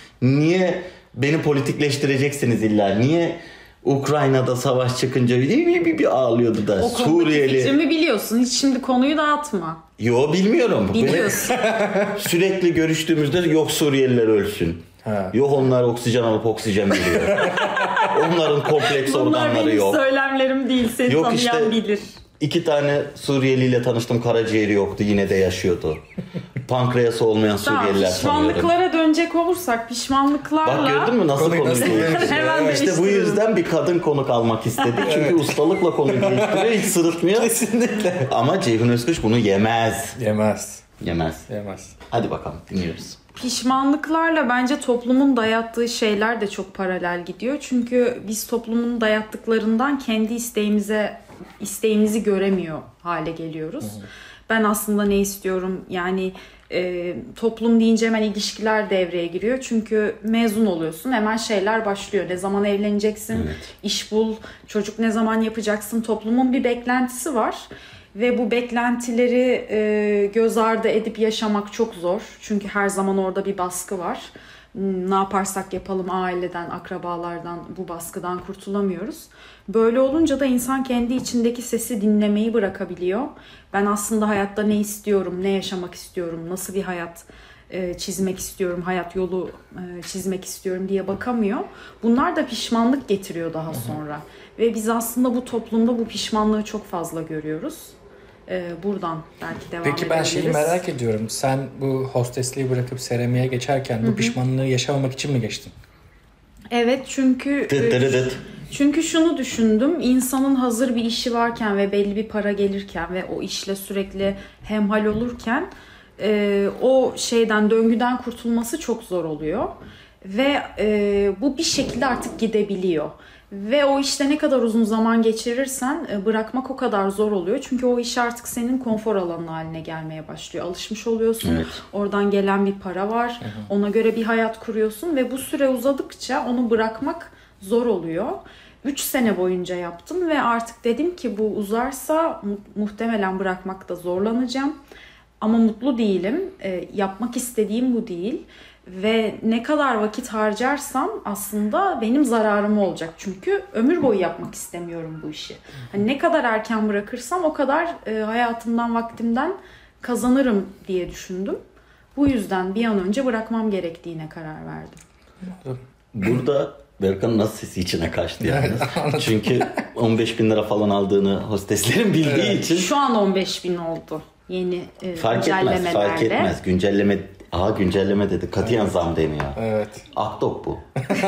niye beni politikleştireceksiniz illa? Niye Ukrayna'da savaş çıkınca bir, bir, bir ağlıyordu da o Suriyeli. O fikrimi biliyorsun. Hiç şimdi konuyu dağıtma. Yo bilmiyorum. Biliyorsun. Sürekli görüştüğümüzde yok Suriyeliler ölsün. Ha. Yok onlar oksijen alıp oksijen veriyor. Onların kompleks Bunlar organları yok. Bunlar benim söylemlerim değil. Seni yok tanıyan işte, bilir. İki tane Suriyeliyle tanıştım. Karaciğeri yoktu. Yine de yaşıyordu. Pankreası olmayan Suriyeliler tanıyorum. Pişmanlıklara dönecek olursak pişmanlıklarla... Bak gördün mü nasıl konuyu değiştiriyor? İşte bu yüzden bir kadın konuk almak istedi. Çünkü evet. ustalıkla konuyu değiştiriyor. Hiç sırıtmıyor. Kesinlikle. Ama Ceyhun Özkış bunu yemez. Yemez. Yemez. Yemez. Hadi bakalım dinliyoruz. Pişmanlıklarla bence toplumun dayattığı şeyler de çok paralel gidiyor. Çünkü biz toplumun dayattıklarından kendi isteğimize isteğimizi göremiyor hale geliyoruz. Hı hı. Ben aslında ne istiyorum? Yani e, toplum deyince hemen ilişkiler devreye giriyor. Çünkü mezun oluyorsun, hemen şeyler başlıyor. Ne zaman evleneceksin? Evet. İş bul, çocuk ne zaman yapacaksın? Toplumun bir beklentisi var. Ve bu beklentileri e, göz ardı edip yaşamak çok zor. Çünkü her zaman orada bir baskı var. Ne yaparsak yapalım aileden, akrabalardan bu baskıdan kurtulamıyoruz. Böyle olunca da insan kendi içindeki sesi dinlemeyi bırakabiliyor. Ben aslında hayatta ne istiyorum, ne yaşamak istiyorum, nasıl bir hayat e, çizmek istiyorum, hayat yolu e, çizmek istiyorum diye bakamıyor. Bunlar da pişmanlık getiriyor daha sonra. Ve biz aslında bu toplumda bu pişmanlığı çok fazla görüyoruz. Buradan belki devam Peki ben şeyi merak ediyorum. Sen bu hostesliği bırakıp seramiğe geçerken bu Hı-hı. pişmanlığı yaşamamak için mi geçtin? Evet çünkü çünkü şunu düşündüm. İnsanın hazır bir işi varken ve belli bir para gelirken ve o işle sürekli hemhal olurken o şeyden döngüden kurtulması çok zor oluyor. Ve bu bir şekilde artık gidebiliyor. Ve o işte ne kadar uzun zaman geçirirsen bırakmak o kadar zor oluyor. Çünkü o iş artık senin konfor alanın haline gelmeye başlıyor. Alışmış oluyorsun. Evet. Oradan gelen bir para var. Hı hı. Ona göre bir hayat kuruyorsun. Ve bu süre uzadıkça onu bırakmak zor oluyor. Üç sene boyunca yaptım ve artık dedim ki bu uzarsa mu- muhtemelen bırakmakta zorlanacağım. Ama mutlu değilim. E, yapmak istediğim bu değil. Ve ne kadar vakit harcarsam aslında benim zararım olacak. Çünkü ömür boyu yapmak istemiyorum bu işi. Hani ne kadar erken bırakırsam o kadar e, hayatımdan, vaktimden kazanırım diye düşündüm. Bu yüzden bir an önce bırakmam gerektiğine karar verdim. Burada Berkan'ın nasıl sesi içine kaçtı yani. Çünkü on beş bin lira falan aldığını hosteslerin bildiği evet. için. Şu an on beş bin oldu. yeni e, Fark güncellemelerle. etmez, fark etmez. Güncelleme, aha güncelleme dedi. Katiyen Evet. zam deniyor. Evet. Akdok bu.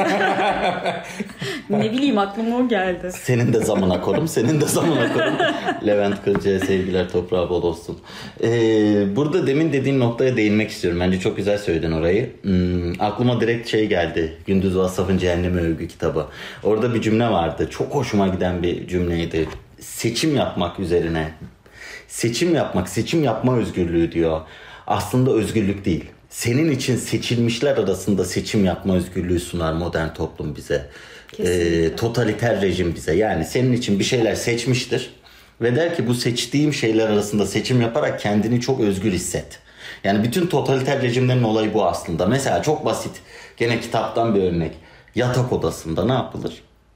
Ne bileyim aklıma o geldi. Senin de zamına korum, senin de zamına korum. Levent Kırca'ya sevgiler, toprağı bol olsun. Ee, burada demin dediğin noktaya değinmek istiyorum. Bence çok güzel söyledin orayı. Hmm, aklıma direkt şey geldi. Gündüz Vassaf'ın Cehenneme Övgü kitabı. Orada bir cümle vardı. Çok hoşuma giden bir cümleydi. Seçim yapmak üzerine. Seçim yapmak, seçim yapma özgürlüğü diyor. Aslında özgürlük değil. Senin için seçilmişler arasında seçim yapma özgürlüğü sunar modern toplum bize. Ee, totaliter rejim bize. Yani senin için bir şeyler seçmiştir. Ve der ki bu seçtiğim şeyler arasında seçim yaparak kendini çok özgür hisset. Yani bütün totaliter rejimlerin olayı bu aslında. Mesela çok basit. Gene kitaptan bir örnek. Yatak odasında ne yapılır?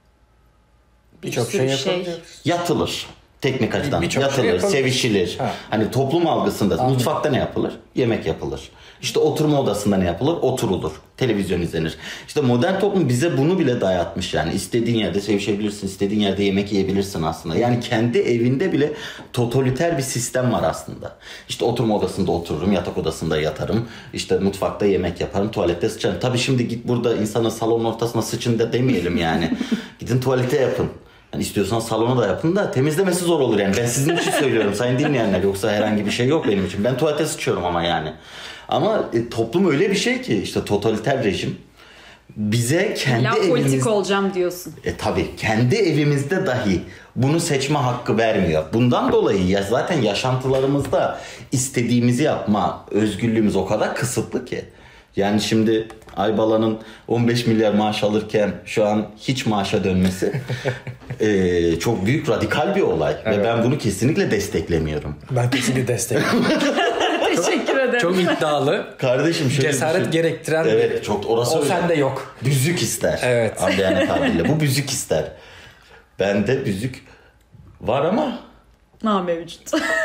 Birçok sürü şey şey. yapabiliyoruz. Yatılır. Teknik açıdan birçok şey yatılır, yapabilir. sevişilir. Ha. Hani toplum algısında Anladım. mutfakta ne yapılır? Yemek yapılır. İşte oturma odasında ne yapılır? Oturulur. Televizyon izlenir. İşte modern toplum bize bunu bile dayatmış yani. İstediğin yerde sevişebilirsin, istediğin yerde yemek yiyebilirsin aslında. Yani kendi evinde bile totaliter bir sistem var aslında. İşte oturma odasında otururum, yatak odasında yatarım. İşte mutfakta yemek yaparım, tuvalette sıçarım. Tabii şimdi git burada insana salonun ortasına sıçın da demeyelim yani. Gidin tuvalete yapın. Yani istiyorsan salona da yapın da temizlemesi zor olur yani. Ben sizin için söylüyorum sayın dinleyenler. Yoksa herhangi bir şey yok benim için. Ben tuvalete sıçıyorum ama yani. Ama e, toplum öyle bir şey ki işte totaliter rejim bize kendi İlla politik evimiz... olacağım diyorsun. E tabii kendi evimizde dahi bunu seçme hakkı vermiyor. Bundan dolayı ya zaten yaşantılarımızda istediğimizi yapma özgürlüğümüz o kadar kısıtlı ki. Yani şimdi Aybala'nın on beş milyar maaş alırken şu an hiç maaşa dönmesi e, çok büyük radikal bir olay. Evet. Ve ben bunu kesinlikle desteklemiyorum. Ben kesinlikle destekliyorum. Teşekkür ederim. Çok iddialı. Kardeşim şöyle Cesaret düşün. gerektiren Evet bir- çok orası o öyle. sende yok. Büzük ister. Evet. Abi yani tabirle. Bu büzük ister. Bende büzük var ama Na mevcut.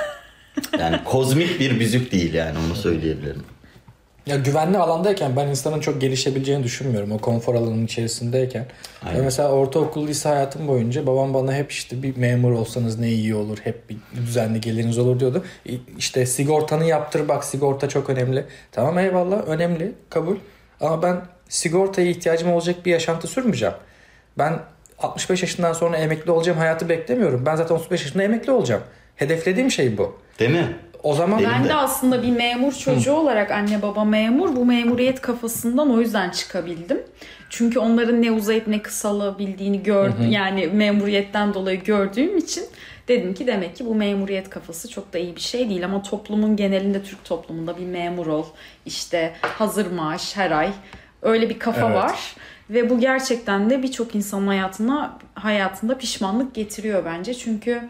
yani kozmik bir büzük değil yani onu söyleyebilirim. Ya güvenli alandayken ben insanın çok gelişebileceğini düşünmüyorum. O konfor alanının içerisindeyken. Aynen. Ve mesela ortaokul, lise hayatım boyunca babam bana hep işte bir memur olsanız ne iyi olur. Hep bir düzenli geliriniz olur diyordu. İşte sigortanı yaptır bak sigorta çok önemli. Tamam eyvallah önemli kabul. Ama ben sigortaya ihtiyacım olacak bir yaşantı sürmeyeceğim. Ben altmış beş yaşından sonra emekli olacağım hayatı beklemiyorum. Ben zaten otuz beş yaşında emekli olacağım. Hedeflediğim şey bu. Değil mi? O zaman Benim Ben de. de aslında bir memur çocuğu olarak anne baba memur. Bu memuriyet kafasından o yüzden çıkabildim. Çünkü onların ne uzayıp ne kısalabildiğini gördüm. Yani memuriyetten dolayı gördüğüm için dedim ki demek ki bu memuriyet kafası çok da iyi bir şey değil. Ama toplumun genelinde Türk toplumunda bir memur ol. İşte hazır maaş her ay. Öyle bir kafa Evet. var. Ve bu gerçekten de birçok insanın hayatına hayatında pişmanlık getiriyor bence. Çünkü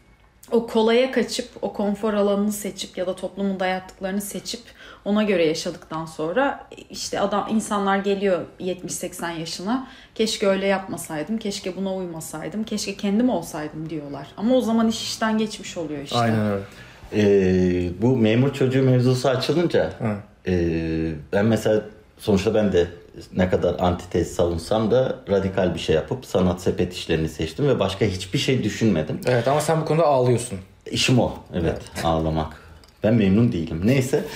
o kolaya kaçıp, o konfor alanını seçip ya da toplumun dayattıklarını seçip ona göre yaşadıktan sonra işte adam insanlar geliyor yetmiş seksen yaşına. Keşke öyle yapmasaydım, keşke buna uymasaydım, keşke kendim olsaydım diyorlar. Ama o zaman iş işten geçmiş oluyor işte. aynen öyle. Ee, bu memur çocuğu mevzusu açılınca Hı. e, ben mesela sonuçta ben de ne kadar antitez savunsam da radikal bir şey yapıp sanat sepet işlerini seçtim ve başka hiçbir şey düşünmedim. Evet ama sen bu konuda ağlıyorsun. İşim o. Evet, ağlamak. Ben memnun değilim. Neyse.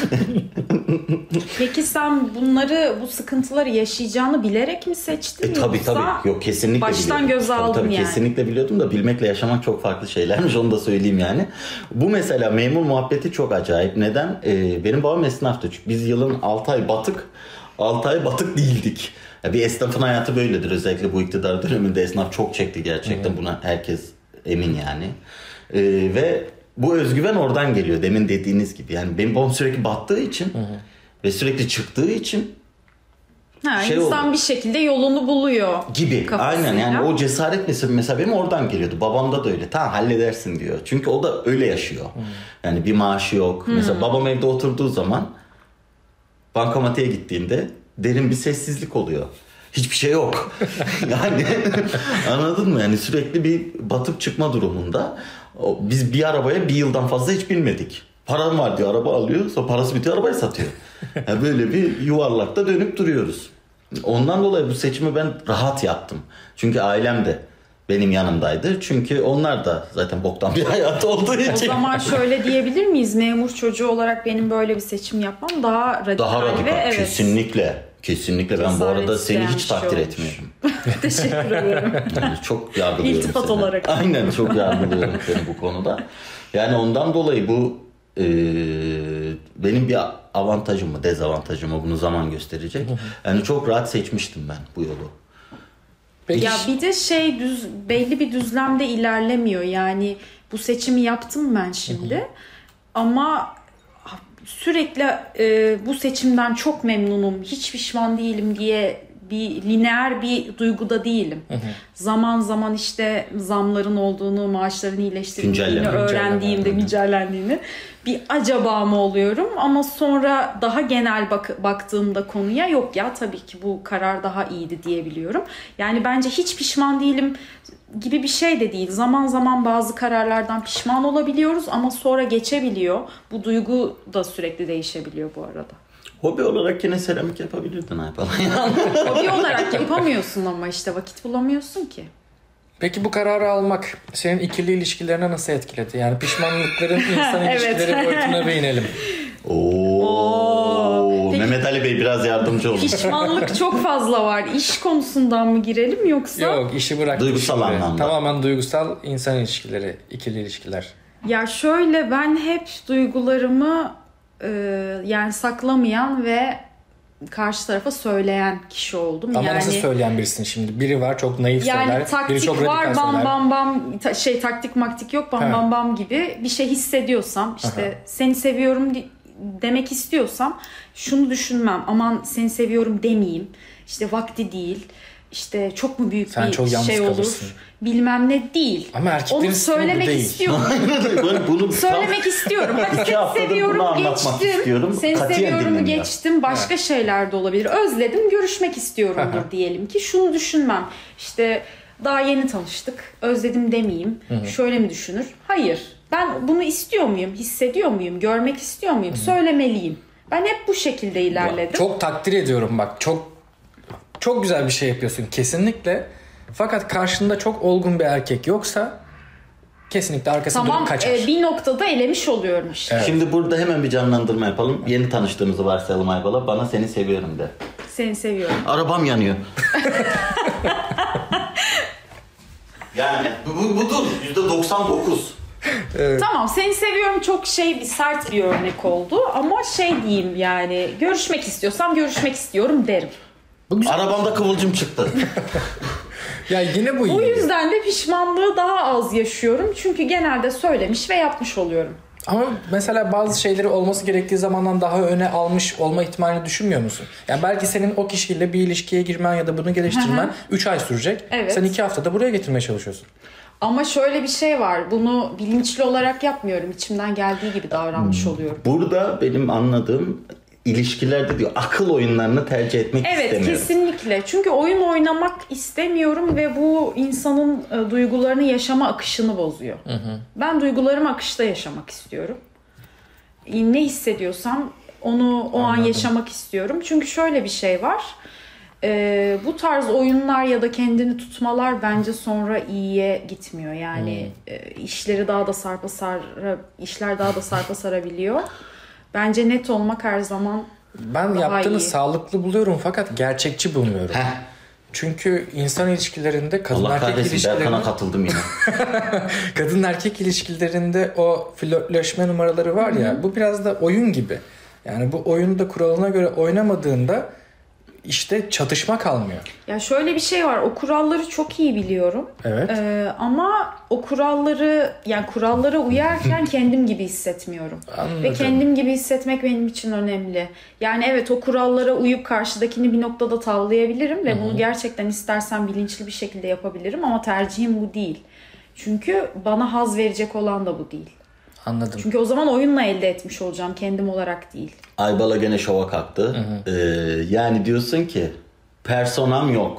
Peki sen bunları, bu sıkıntıları yaşayacağını bilerek mi seçtin? E, tabii yoksa tabii. Yok kesinlikle baştan biliyordum. göze Tabii, aldın tabii, yani. Kesinlikle biliyordum da bilmekle yaşamak çok farklı şeylermiş. Onu da söyleyeyim yani. Bu mesela memur muhabbeti çok acayip. Neden? Ee, benim babam esnaftı. Çünkü biz yılın altı ay batık, altı ay batık değildik. Ya bir esnafın hayatı böyledir. Özellikle bu iktidar döneminde esnaf çok çekti gerçekten. Hı-hı. Buna herkes emin yani. Ee, ve bu özgüven oradan geliyor. Demin dediğiniz gibi. Yani benim babam sürekli battığı için Hı-hı. ve sürekli çıktığı için Ha, şey insan oldu. bir şekilde yolunu buluyor Gibi. kafasıyla. Aynen yani o cesaret mesela, mesela benim oradan geliyordu. Babamda da öyle. Tamam halledersin diyor. Çünkü o da öyle yaşıyor. Hmm. Yani bir maaşı yok. Hmm. Mesela babam evde oturduğu zaman bankamatiğe gittiğinde derin bir sessizlik oluyor. Hiçbir şey yok. Yani anladın mı? Yani sürekli bir batıp çıkma durumunda. Biz bir arabaya bir yıldan fazla hiç binmedik. Param var diyor araba alıyor. Sonra parası bitiyor arabayı satıyor. Yani böyle bir yuvarlakta dönüp duruyoruz. Ondan dolayı bu seçimi ben rahat yaptım. Çünkü ailem de benim yanımdaydı. Çünkü onlar da zaten boktan bir hayat olduğu için. O zaman şöyle diyebilir miyiz? Memur çocuğu olarak benim böyle bir seçim yapmam daha radikal, Daha radikal. ve evet. Kesinlikle. Kesinlikle. Ben bu Cesaret arada seni isteyen hiç bir şey takdir olmuş. etmiyorum. Teşekkür ederim. Yani çok yargılıyorum İltifat seni. olarak. Aynen, çok yargılıyorum seni bu konuda. Yani ondan dolayı bu e, benim bir avantajım mı dezavantajım mı bunu zaman gösterecek. Yani çok rahat seçmiştim ben bu yolu. Peki, Ya bir de şey düz belli bir düzlemde ilerlemiyor. Yani bu seçimi yaptım ben şimdi. Ama sürekli e, bu seçimden çok memnunum, hiç pişman değilim diye bir lineer bir duyguda değilim. Hı hı. Zaman zaman işte zamların olduğunu, maaşların iyileştirildiğini Güncelleme. öğrendiğimde, güncellendiğini bir acaba mı oluyorum? Ama sonra daha genel bak- baktığımda konuya yok ya tabii ki bu karar daha iyiydi diyebiliyorum. Yani bence hiç pişman değilim gibi bir şey de değil. Zaman zaman bazı kararlardan pişman olabiliyoruz ama sonra geçebiliyor. Bu duygu da sürekli değişebiliyor bu arada. Hobi olarak yine seramik yapabilirdin Aybala. Hobi olarak yapamıyorsun ama işte vakit bulamıyorsun ki. peki bu kararı almak senin ikili ilişkilerine nasıl etkiledi? Yani pişmanlıkların insan Evet. ilişkileri boyutuna değinelim. Oo. Oo. Peki- Mehmet Ali Bey biraz yardımcı olun. Pişmanlık çok fazla var. İş konusundan mı girelim yoksa? Yok, işi bırak. Duygusal anlamda. Tamamen duygusal insan ilişkileri, ikili ilişkiler. Ya şöyle ben hep duygularımı e, yani saklamayan ve karşı tarafa söyleyen kişi oldum. Ama yani nasıl söyleyen birisin şimdi? Biri var çok naif yani söyler, biri taktik çok radikal var bam söyler. bam bam ta- şey taktik maktik yok bam He. bam bam gibi bir şey hissediyorsam işte Aha. seni seviyorum di- demek istiyorsam şunu düşünmem, aman seni seviyorum demeyeyim, işte vakti değil, işte çok mu büyük Sen bir çok yalnız şey kalırsın. olur bilmem ne değil. Ama erkeklerin onu sistemi bu söylemek değil. istiyorum. Ben bunu Söylemek istiyorum. Hadi İki seni haftadır seviyorum bunu anlatmak geçtim. istiyorum. Seni Katiyen seviyorum dinlemiyor. geçtim. Başka şeyler de olabilir. Özledim, görüşmek istiyorumdur Aha. diyelim ki. Şunu düşünmem. İşte daha yeni tanıştık. Özledim demeyeyim. Şöyle mi düşünür? Hayır. Ben bunu istiyor muyum? Hissediyor muyum? Görmek istiyor muyum? Söylemeliyim. Ben hep bu şekilde ilerledim. Çok takdir ediyorum bak. Çok çok güzel bir şey yapıyorsun kesinlikle. Fakat karşında çok olgun bir erkek yoksa kesinlikle arkası Tamam, dönüp kaçar. e, bir noktada elemiş oluyorum işte. Evet. Şimdi burada hemen bir canlandırma yapalım. Yeni tanıştığımızı varsayalım Aybala. Bana seni seviyorum de. Seni seviyorum. Arabam yanıyor. Yani bu, bu budur. yüzde doksan dokuz. Tamam, seni seviyorum çok şey bir sert bir örnek oldu ama şey diyeyim yani görüşmek istiyorsam görüşmek istiyorum derim. Bu güzel. Arabamda kıvılcım çıktı. Ya yine bu iyi. O yüzden de pişmanlığı daha az yaşıyorum çünkü genelde söylemiş ve yapmış oluyorum. Ama mesela bazı şeyleri olması gerektiği zamandan daha öne almış olma ihtimalini düşünmüyor musun? Yani belki senin o kişiyle bir ilişkiye girmen ya da bunu geliştirmen üç ay sürecek. Evet. Sen iki haftada buraya getirmeye çalışıyorsun. Ama şöyle bir şey var, bunu bilinçli olarak yapmıyorum, içimden geldiği gibi davranmış oluyorum. Burada benim anladığım ilişkilerde diyor akıl oyunlarını tercih etmek Evet, istemiyorum. kesinlikle. Çünkü oyun oynamak istemiyorum ve bu insanın e, duygularını yaşama akışını bozuyor. Hı hı. Ben duygularımı akışta yaşamak istiyorum. E, Ne hissediyorsam onu o Anladım. an yaşamak istiyorum. Çünkü şöyle bir şey var. E, bu tarz oyunlar ya da kendini tutmalar bence sonra iyiye gitmiyor. Yani e, işleri daha da sarpa sar işler daha da sarpa sarabiliyor. Bence net olmak her zaman Ben daha yaptığını iyi. sağlıklı buluyorum fakat gerçekçi bulmuyorum. Heh. Çünkü insan ilişkilerinde kadın Allah erkek kahretsin ilişkilerinde Berkan'a katıldım yine. kadın erkek ilişkilerinde o flörtleşme numaraları var ya, bu biraz da oyun gibi. Yani bu oyunu da kuralına göre oynamadığında işte çatışma kalmıyor. Ya şöyle bir şey var. O kuralları çok iyi biliyorum. Evet. Ee, ama o kuralları yani kurallara uyarken kendim gibi hissetmiyorum. Anladım. Ve kendim gibi hissetmek benim için önemli. Yani evet, o kurallara uyup karşıdakini bir noktada tavlayabilirim ve bunu gerçekten istersen bilinçli bir şekilde yapabilirim ama tercihim bu değil. Çünkü bana haz verecek olan da bu değil. Anladım. Çünkü o zaman oyunla elde etmiş olacağım, kendim olarak değil. Aybala gene şova kalktı. Ee, yani diyorsun ki personam yok.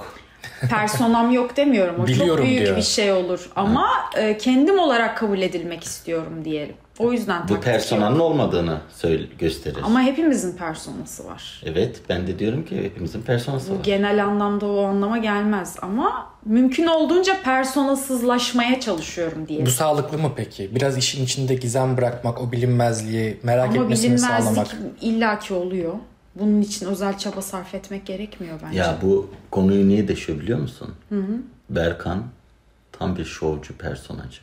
personam yok demiyorum. O Biliyorum çok büyük diyor. bir şey olur. Ama e, kendim olarak kabul edilmek istiyorum diyelim. O yüzden Bu taktik personanın yok. olmadığını söyle, gösterir. Ama hepimizin personası var. Evet, ben de diyorum ki hepimizin personası Bu var. genel anlamda o anlama gelmez ama mümkün olduğunca personasızlaşmaya çalışıyorum diye. Bu sağlıklı mı peki? Biraz işin içinde gizem bırakmak, o bilinmezliği merak Ama etmesini sağlamak. bilinmezlik illaki oluyor. Bunun için özel çaba sarf etmek gerekmiyor bence. Ya bu konuyu niye deşiyor biliyor musun? Hı hı. Berkan tam bir şovcu personacı.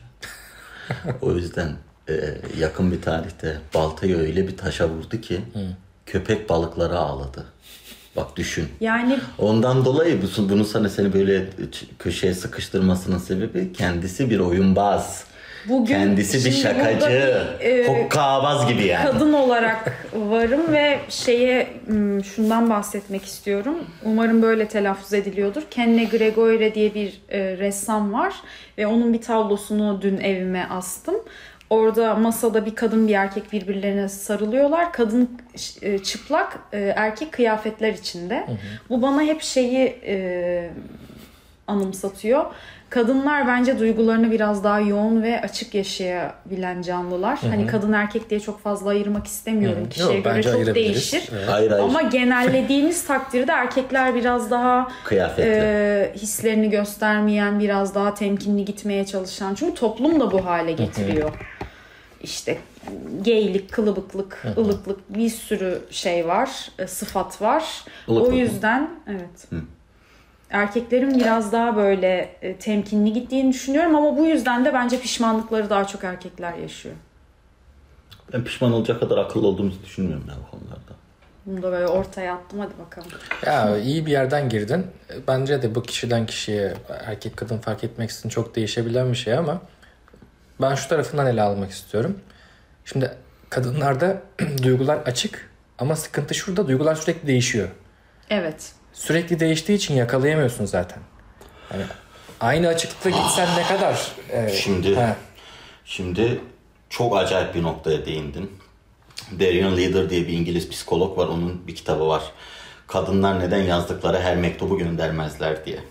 O yüzden e, yakın bir tarihte baltayı öyle bir taşa vurdu ki hı. köpek balıkları ağladı. Bak düşün. Yani ondan dolayı bu, bunu sana seni böyle köşeye sıkıştırmasının sebebi kendisi bir oyunbaz. bugün Kendisi bir şakacı. Bir, e, hokkabaz gibi yani. Kadın olarak varım ve şeye şundan bahsetmek istiyorum. Umarım böyle telaffuz ediliyordur. Kenne Gregoire diye bir e, ressam var ve onun bir tablosunu dün evime astım. Orada masada bir kadın bir erkek birbirlerine sarılıyorlar. Kadın e, çıplak, e, erkek kıyafetler içinde. Hı hı. Bu bana hep şeyi e, anımsatıyor. Kadınlar bence duygularını biraz daha yoğun ve açık yaşayabilen canlılar. Hı hı. Hani kadın erkek diye çok fazla ayırmak istemiyorum. Hı hı. Kişiye Yok, göre çok değişir. Evet. Hayır, hayır. Ama genellediğimiz takdirde erkekler biraz daha e, hislerini göstermeyen, biraz daha temkinli gitmeye çalışan. Çünkü toplum da bu hale getiriyor. Hı hı. İşte geylik, kılıbıklık, hı hı. ılıklık bir sürü şey var, sıfat var. Ilık o yüzden evet. Hı. Erkeklerin biraz daha böyle e, temkinli gittiğini düşünüyorum ama bu yüzden de bence pişmanlıkları daha çok erkekler yaşıyor. Ben pişman olacak kadar akıllı olduğumuzu düşünmüyorum ya bu konularda. Bunu da böyle ortaya attım, hadi bakalım. Ya iyi bir yerden girdin. Bence de bu kişiden kişiye erkek kadın fark etmeksizin çok değişebilen bir şey ama ben şu tarafından ele almak istiyorum. Şimdi kadınlarda duygular açık ama sıkıntı şurada, duygular sürekli değişiyor. Evet. Sürekli değiştiği için yakalayamıyorsun zaten. Yani aynı açıklıkta gitsen ne kadar... E, şimdi he. şimdi çok acayip bir noktaya değindin. Darian Leader diye bir İngiliz psikolog var. Onun bir kitabı var. Kadınlar neden yazdıkları her mektubu göndermezler diye.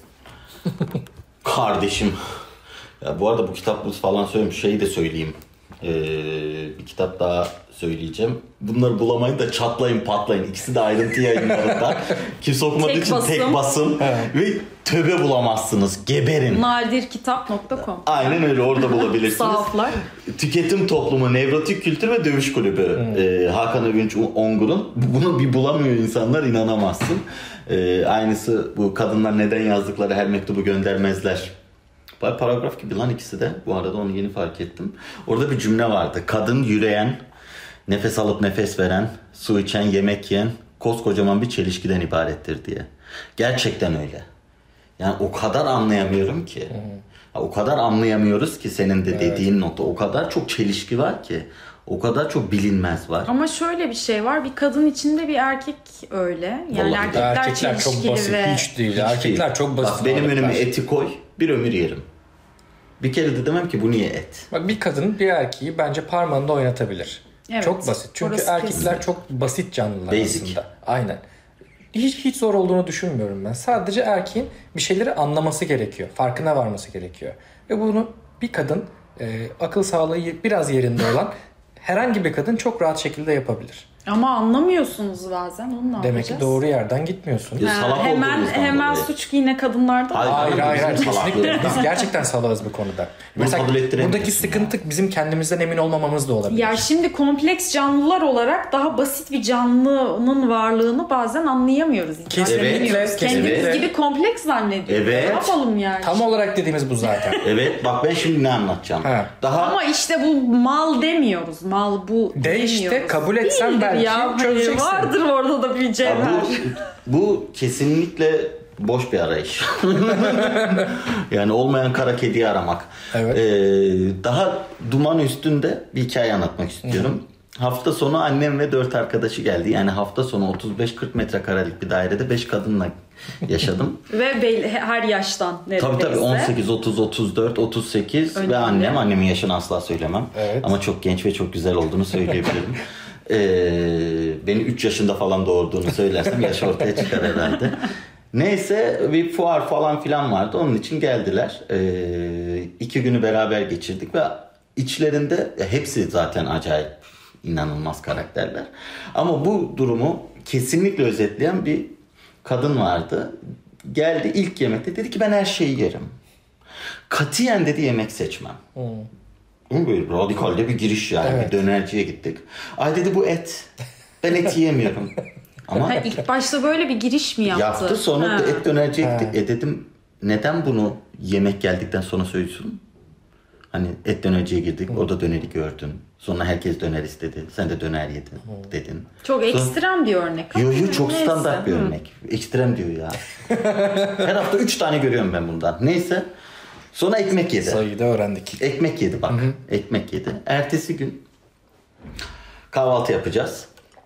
Kardeşim. Ya bu arada bu kitap falan söylemiş. Şeyi de söyleyeyim. Ee, bir kitap daha söyleyeceğim. Bunları bulamayın da çatlayın patlayın. İkisi de ayrıntı yayınlarında. Kimse okumadığı tek için basım. tek basım ve töbe bulamazsınız. Geberin. nadirkitap nokta com Aynen öyle, orada bulabilirsiniz. Sahaflar. Tüketim Toplumu, Nevrotik Kültür ve Dövüş Kulübü. Hmm. Ee, Hakan Övünç Ongur'un. Bunu bir bulamıyor insanlar, inanamazsın. Ee, aynısı bu kadınlar neden yazdıkları her mektubu göndermezler. Paragraf gibi lan ikisi de. Bu arada onu yeni fark ettim. Orada bir cümle vardı. Kadın yürüyen, nefes alıp nefes veren, su içen, yemek yiyen koskocaman bir çelişkiden ibarettir diye. Gerçekten öyle. Yani o kadar anlayamıyorum ki. Hmm. O kadar anlayamıyoruz ki senin de dediğin evet. nokta. O kadar çok çelişki var ki. O kadar çok bilinmez var. Ama şöyle bir şey var. Bir kadın içinde bir erkek öyle. Yani Vallahi erkekler, erkekler çok basit. Ve... Hiç değil. Hiç erkekler değil. Çok basit. Bak benim önüme eti koy. Bir ömür yerim. Bir kere de demem ki bu niye et? Bak bir kadın bir erkeği bence parmağında oynatabilir. Evet, çok basit. Çünkü erkekler kesin. Çok basit canlılar Basic. Aslında. Aynen. Hiç hiç zor olduğunu düşünmüyorum ben. Sadece erkeğin bir şeyleri anlaması gerekiyor. Farkına varması gerekiyor. Ve bunu bir kadın e, akıl sağlığı biraz yerinde olan herhangi bir kadın çok rahat şekilde yapabilir. Ama anlamıyorsunuz bazen, onu ne Demek yapacağız? ki doğru yerden gitmiyorsun. Ha, hemen hemen dolayı. Suç yine kadınlarda. Hayır hayır hayır, hayır. Kesinlikle biz gerçekten salağız bu konuda. Mesela buradaki sıkıntı ya. Bizim kendimizden emin olmamamız da olabilir. Ya şimdi kompleks canlılar olarak daha basit bir canlının varlığını bazen anlayamıyoruz. Kesinlikle. Evet. Kendimiz evet. gibi kompleks zannediyoruz. Evet. Ne yapalım yani? Tam olarak dediğimiz bu zaten. Evet bak ben şimdi ne anlatacağım. Ha. Daha... Ama işte bu mal demiyoruz. Mal bu de demiyoruz. işte kabul etsen belki ya, çözeceksin. Vardır orada da bir cevher. Bu, bu kesinlikle boş bir arayış. Yani olmayan kara kediyi aramak. Evet. Ee, daha duman üstünde bir hikaye anlatmak istiyorum. Hı-hı. Hafta sonu annem ve dört arkadaşı geldi. Yani hafta sonu otuz beş kırk metrekarelik bir dairede beş kadınla yaşadım. Ve be- her yaştan neredeyse. Tabii tabii on sekiz, otuz, otuz dört, otuz sekiz Önemli. Ve annem. Annemin yaşını asla söylemem. Evet. Ama çok genç ve çok güzel olduğunu söyleyebilirim. Ee, beni üç yaşında falan doğurduğunu söylersem yaş ortaya çıkar herhalde. Neyse bir fuar falan filan vardı. Onun için geldiler. Ee, iki günü beraber geçirdik ve içlerinde ya hepsi zaten acayip inanılmaz karakterler. Ama bu durumu kesinlikle özetleyen bir kadın vardı. Geldi ilk yemekte dedi ki ben her şeyi yerim. Katiyen dedi yemek seçmem. Hmm. Böyle radikalde bir giriş yani. Evet. Bir dönerciye gittik. Ay dedi bu et. Ben et yiyemiyorum. Ama ha, ilk başta böyle bir giriş mi yaptı? Yaptı sonra ha. et dönerciye gittik. E dedim neden bunu yemek geldikten sonra söylüyorsun? Hani et dönerciye girdik. Hmm. Orada döneri gördün. Sonra herkes döner istedi. Sen de döner yedin hmm. dedin. Çok sonra, ekstrem bir örnek. Yo yo çok neyse. Standart bir örnek. Hmm. Ekstrem diyor ya. Her hafta üç tane görüyorum ben bundan. Neyse. Sonra ekmek yedi. Sayıda öğrendik. Ekmek yedi bak. Hı-hı. Ekmek yedi. Ertesi gün kahvaltı yapacağız.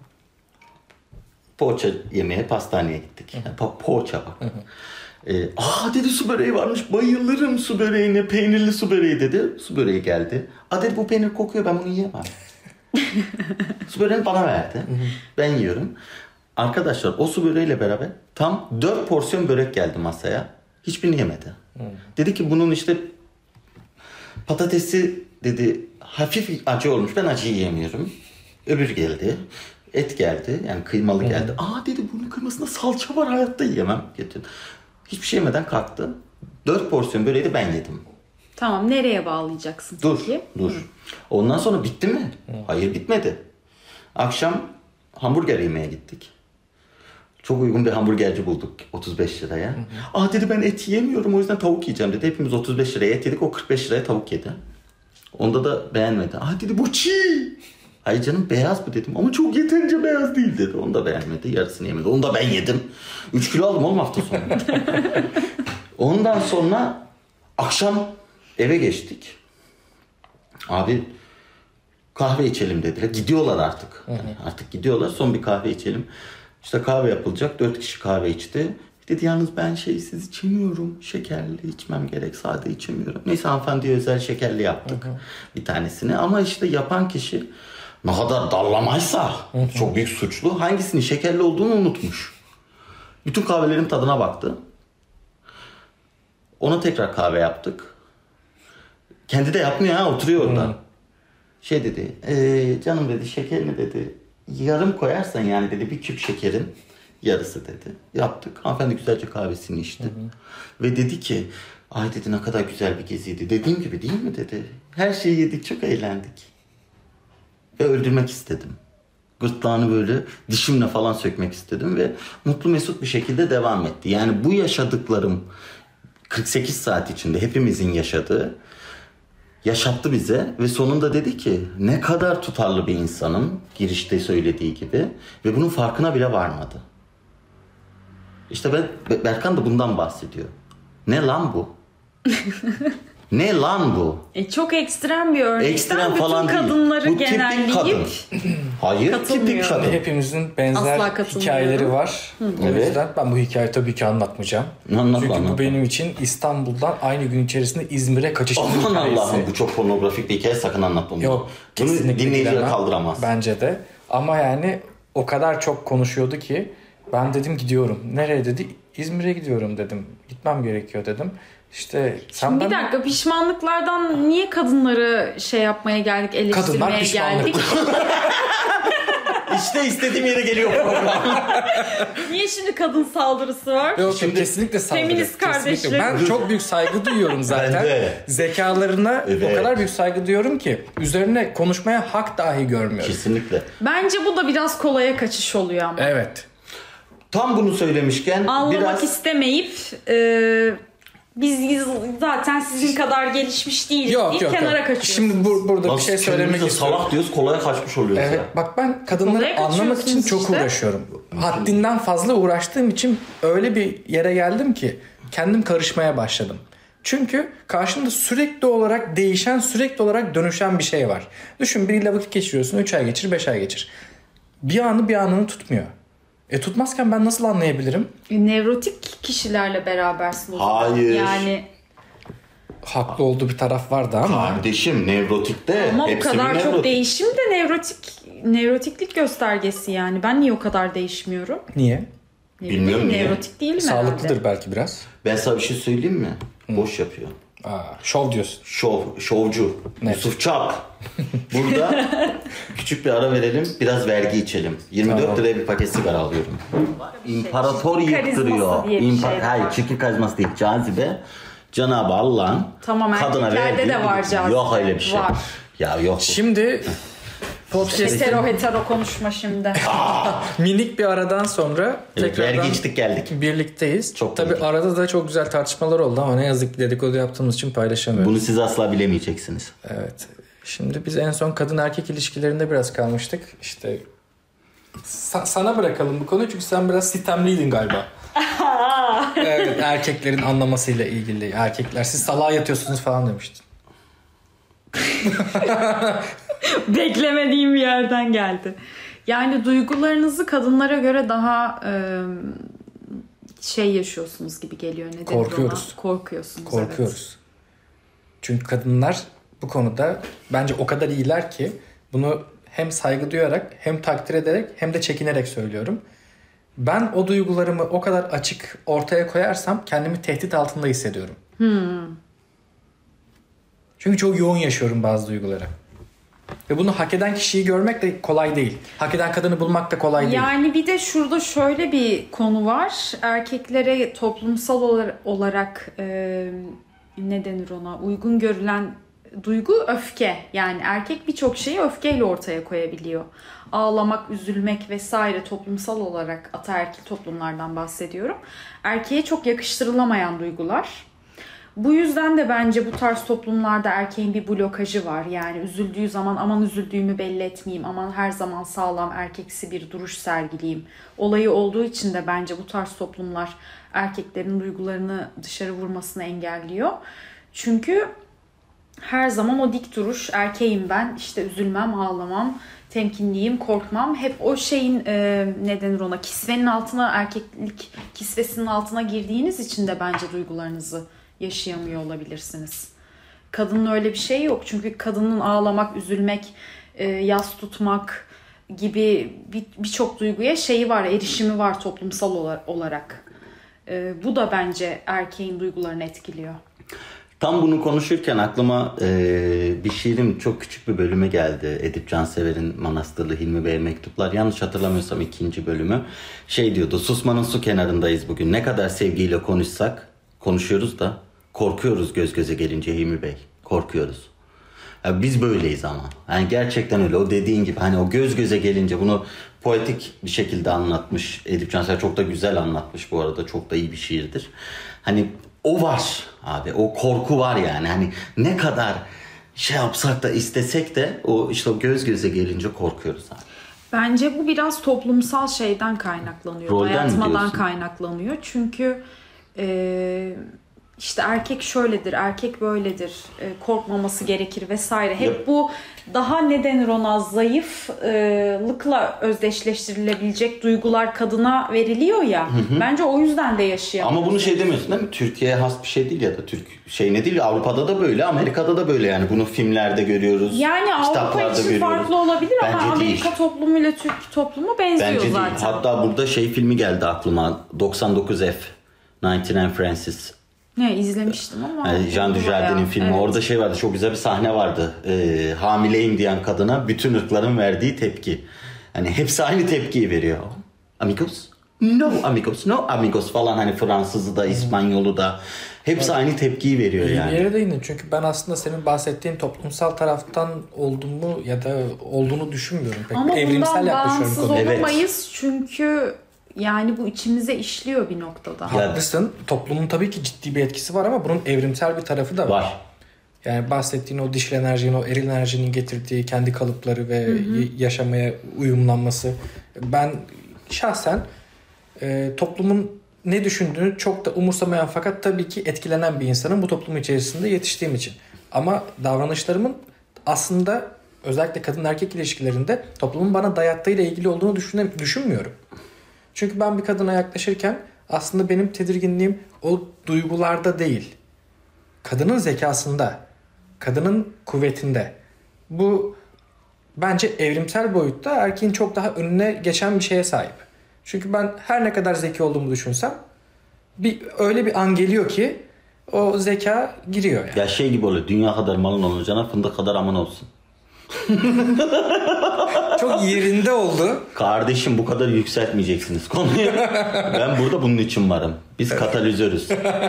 Poğaça yemeye pastaneye gittik. Yani po- poğaça bak. Ee, Aa dedi su böreği varmış. Bayılırım su böreğine. Peynirli su böreği dedi. Su böreği geldi. Aa dedi bu peynir kokuyor ben bunu yiyemem. Su böreğini bana verdi. Ben yiyorum. Arkadaşlar o su böreğiyle beraber tam dört porsiyon börek geldi masaya. Hiçbirini yemedi. Hmm. Dedi ki bunun işte patatesi dedi hafif acı olmuş. Ben acı yiyemiyorum. Öbür geldi. Et geldi. Yani kıymalı hmm. geldi. Aa dedi bunun kıymasında salça var hayatta yiyemem. Getir. Hiçbir şey yemeden kalktı. Dört porsiyon böreği de ben yedim. Tamam nereye bağlayacaksın dur, peki? Dur dur. Ondan sonra bitti mi? Hmm. Hayır bitmedi. Akşam hamburger yemeye gittik. Çok uygun bir hamburgerci bulduk otuz beş liraya. Hı hı. Aa dedi ben et yemiyorum o yüzden tavuk yiyeceğim dedi. Hepimiz otuz beş liraya et yedik o kırk beş liraya tavuk yedi. Onda da beğenmedi. Aa dedi bu çiğ. Hayır canım beyaz bu dedim ama çok yeterince beyaz değil dedi. Onu da beğenmedi yarısını yemedi. Onu da ben yedim. üç kilo aldım oğlum hafta sonu. Ondan sonra akşam eve geçtik. Abi kahve içelim dediler. Gidiyorlar artık. Hı hı. Yani artık gidiyorlar son bir kahve içelim. İşte kahve yapılacak. Dört kişi kahve içti. Dedi yalnız ben şeysiz içemiyorum. Şekerli içmem gerek. Sade içemiyorum. Neyse hanımefendiye özel şekerli yaptık. Hı hı. Bir tanesini. Ama işte yapan kişi ne kadar dallamaysa hı hı. çok büyük suçlu. Hangisinin şekerli olduğunu unutmuş. Bütün kahvelerin tadına baktı. Ona tekrar kahve yaptık. Kendi de yapmıyor ha. Oturuyor orada. Hı. Şey dedi. E, canım dedi şekerini dedi. Yarım koyarsan yani dedi bir küp şekerin yarısı dedi. Yaptık. Hanımefendi güzelce kahvesini içti. Hı hı. Ve dedi ki ay dedi ne kadar güzel bir geziydi. Dediğim gibi değil mi dedi. Her şeyi yedik çok eğlendik. Ve öldürmek istedim. Gırtlağını böyle dişimle falan sökmek istedim. Ve mutlu mesut bir şekilde devam etti. Yani bu yaşadıklarım kırk sekiz saat içinde hepimizin yaşadığı yaşattı bize ve sonunda dedi ki ne kadar tutarlı bir insanım girişte söylediği gibi ve bunun farkına bile varmadı. İşte ben, Berkan da bundan bahsediyor. Ne lan bu? Ne lan bu? E çok ekstrem bir örnekten ekstrem bütün falan kadınları değil. Bu genelleyip kadın. Hayır tipik kadın. Hepimizin benzer hikayeleri var. Hı. O evet. yüzden ben bu hikayeyi tabii ki anlatmayacağım. Anlat, Çünkü anlat. bu benim için İstanbul'dan aynı gün içerisinde İzmir'e kaçış hikayesi. Aman Allah'ım bu çok pornografik bir hikaye sakın anlatma. Yok bunu dinleyiciler kaldıramaz. Bence de. Ama yani o kadar çok konuşuyordu ki ben dedim gidiyorum. Nereye dedi? İzmir'e gidiyorum dedim. Gitmem gerekiyor dedim. İşte sen Şimdi ben... bir dakika pişmanlıklardan niye kadınları şey yapmaya geldik, eleştirmeye geldik? İşte istediğim yere geliyor program. Niye şimdi kadın saldırısı var? Yok şimdi kesinlikle saldırı. Feminist kardeşlerim. Ben çok büyük saygı duyuyorum zaten. Zekalarına evet. O kadar büyük saygı duyuyorum ki üzerine konuşmaya hak dahi görmüyorum. Kesinlikle. Bence bu da biraz kolaya kaçış oluyor ama. Evet. Tam bunu söylemişken anlamak biraz... istemeyip e, biz zaten sizin kadar gelişmiş değiliz yok, deyip yok, kenara yok. Kaçıyorsunuz. Şimdi bur- burada Nasıl bir şey söylemek istiyorum. Salak diyoruz kolaya kaçmış oluyoruz evet, ya. Bak ben kadınları anlamak için çok işte. uğraşıyorum. Haddinden fazla uğraştığım için öyle bir yere geldim ki kendim karışmaya başladım. Çünkü karşında sürekli olarak değişen, sürekli olarak dönüşen bir şey var. Düşün biriyle vakit geçiriyorsun. üç ay geçir, beş ay geçir. Bir anı bir anını tutmuyor. E tutmazken ben nasıl anlayabilirim? E, nevrotik kişilerle berabersin o zaman. Hayır. Yani haklı olduğu bir taraf vardı ama. Kardeşim nevrotikte ama hepsi o kadar nevrotik. çok değişim de nevrotik nevrotiklik göstergesi yani. Ben niye o kadar değişmiyorum? Niye? Ne Bilmiyorum bileyim, niye. nevrotik değil mi Sağlıklıdır herhalde? belki biraz. Ben sana bir şey söyleyeyim mi? Boş yapıyor. Aa, şov diyorsun. Şov, şovcu. Ne? Yusuf Çap. Burada küçük bir ara verelim. Biraz vergi içelim. yirmi dört Tamam. liraya bir paket sigara alıyorum. İmparator Çirkin yıktırıyor. karizması diye bir İmpa- şey de Hayır, var. çirkin karizması değil. Cazibe. Cenab-ı Allah'ın Tamam, kadına erkeklerde verdiği de var bir- cazibe. Yok öyle bir şey. Var. Ya yok. Şimdi podcast'in Hetero hetero konuşma şimdi. minik bir aradan sonra Evet, tekrardan vergi içtik geldik. birlikteyiz. Çok Tabii iyiydi. arada da çok güzel tartışmalar oldu ama ne yazık ki dedikodu yaptığımız için paylaşamıyoruz. Bunu siz asla bilemeyeceksiniz. Evet. Şimdi biz en son kadın erkek ilişkilerinde biraz kalmıştık. İşte sa- sana bırakalım bu konuyu çünkü sen biraz sitemliydin galiba. Evet, erkeklerin anlamasıyla ilgili. Erkekler siz salağa yatıyorsunuz falan demiştin. Beklemediğim bir yerden geldi. Yani duygularınızı kadınlara göre daha e, şey yaşıyorsunuz gibi geliyor. Ne denir Korkuyoruz. ona? Korkuyorsunuz. Korkuyoruz. Çünkü kadınlar bu konuda bence o kadar iyiler ki bunu hem saygı duyarak hem takdir ederek hem de çekinerek söylüyorum. Ben o duygularımı o kadar açık ortaya koyarsam kendimi tehdit altında hissediyorum. Hmm. Çünkü çok yoğun yaşıyorum bazı duyguları. Ve bunu hak eden kişiyi görmek de kolay değil. Hak eden kadını bulmak da kolay değil. Yani bir de şurada şöyle bir konu var. Erkeklere toplumsal olar- olarak e, ne denir ona? Uygun görülen duygu öfke. Yani erkek birçok şeyi öfkeyle ortaya koyabiliyor. Ağlamak, üzülmek vesaire toplumsal olarak ataerkil toplumlardan bahsediyorum. Erkeğe çok yakıştırılamayan duygular. Bu yüzden de bence bu tarz toplumlarda erkeğin bir blokajı var. Yani üzüldüğü zaman aman üzüldüğümü belli etmeyeyim, aman her zaman sağlam erkeksi bir duruş sergileyeyim olayı olduğu için de bence bu tarz toplumlar erkeklerin duygularını dışarı vurmasını engelliyor. Çünkü her zaman o dik duruş, erkeğim ben, işte üzülmem, ağlamam, temkinliyim, korkmam. Hep o şeyin e, ne denir ona, kisvenin altına, erkeklik kisvesinin altına girdiğiniz için de bence duygularınızı yaşayamıyor olabilirsiniz. Kadının öyle bir şey yok. Çünkü kadının ağlamak, üzülmek, e, yas tutmak gibi birçok bir duyguya şeyi var, erişimi var toplumsal olarak. E, bu da bence erkeğin duygularını etkiliyor. Tam bunu konuşurken aklıma e, bir şiirin çok küçük bir bölümü geldi. Edip Cansever'in Manastırlı Hilmi Bey'e mektuplar. Yanlış hatırlamıyorsam ikinci bölümü. Şey diyordu, susmanın su kenarındayız bugün. Ne kadar sevgiyle konuşsak, konuşuyoruz da korkuyoruz göz göze gelince Hilmi Bey. Korkuyoruz. Ya biz böyleyiz ama. Yani gerçekten öyle. O dediğin gibi hani o göz göze gelince bunu poetik bir şekilde anlatmış. Edip Cansever çok da güzel anlatmış bu arada. Çok da iyi bir şiirdir. Hani o var abi. O korku var yani. Hani ne kadar şey yapsak da istesek de o işte o göz göze gelince korkuyoruz abi. Bence bu biraz toplumsal şeyden kaynaklanıyor. Rolden mi dayatmadan diyorsun? kaynaklanıyor. Çünkü e, işte erkek şöyledir, erkek böyledir, e, korkmaması gerekir vesaire. Hep Yap. bu daha ne denir ona, zayıflıkla özdeşleştirilebilecek duygular kadına veriliyor ya. Hı hı. Bence o yüzden de yaşayamıyoruz. Ama bunu şey demiyorsun değil mi? Türkiye'ye has bir şey değil ya da Türk şey ne değil. Avrupa'da da böyle, Amerika'da da böyle yani. Bunu filmlerde görüyoruz. Yani Avrupa kitaplarda için görüyoruz. farklı olabilir Bence ama değil. Amerika toplumuyla Türk toplumu benziyor Bence zaten. değil. Hatta burada şey filmi geldi aklıma. doksan dokuz F. doksan dokuz Francis. Ne izlemiştim ama. Yani Jean Dujardin'in filmi. Evet. Orada şey vardı. Çok güzel bir sahne vardı. Ee, hamileyim diyen kadına bütün ırkların verdiği tepki. Hani hepsi aynı tepkiyi veriyor. Amigos? No amigos. No amigos falan. Hani Fransızı da İspanyolu da. Hepsi evet. Aynı tepkiyi veriyor İyi yani. bir yere değindin. Çünkü ben aslında senin bahsettiğin toplumsal taraftan olduğumu ya da olduğunu düşünmüyorum. Pek ama evrimsel yaklaşıyorum bundan konuya. bağımsız olamayız. Evet. Çünkü yani bu içimize işliyor bir noktada. Haklısın. Toplumun tabii ki ciddi bir etkisi var ama bunun evrimsel bir tarafı da var. Var. Yani bahsettiğin o dişil enerjinin, o eril enerjinin getirdiği kendi kalıpları ve hı hı. yaşamaya uyumlanması. Ben şahsen e, toplumun ne düşündüğünü çok da umursamayan fakat tabii ki etkilenen bir insanın bu toplum içerisinde yetiştiğim için. Ama davranışlarımın aslında özellikle kadın erkek ilişkilerinde toplumun bana dayattığıyla ilgili olduğunu düşüne, düşünmüyorum. Çünkü ben bir kadına yaklaşırken aslında benim tedirginliğim o duygularda değil. Kadının zekasında, kadının kuvvetinde. Bu bence evrimsel boyutta erkeğin çok daha önüne geçen bir şeye sahip. Çünkü ben her ne kadar zeki olduğumu düşünsem bir öyle bir an geliyor ki o zeka giriyor yani. Ya şey gibi oluyor. Dünya kadar malın olacağına fındık kadar aman olsun. Çok yerinde oldu. Kardeşim bu kadar yükseltmeyeceksiniz konuyu. Ben burada bunun için varım. Biz katalizörüz.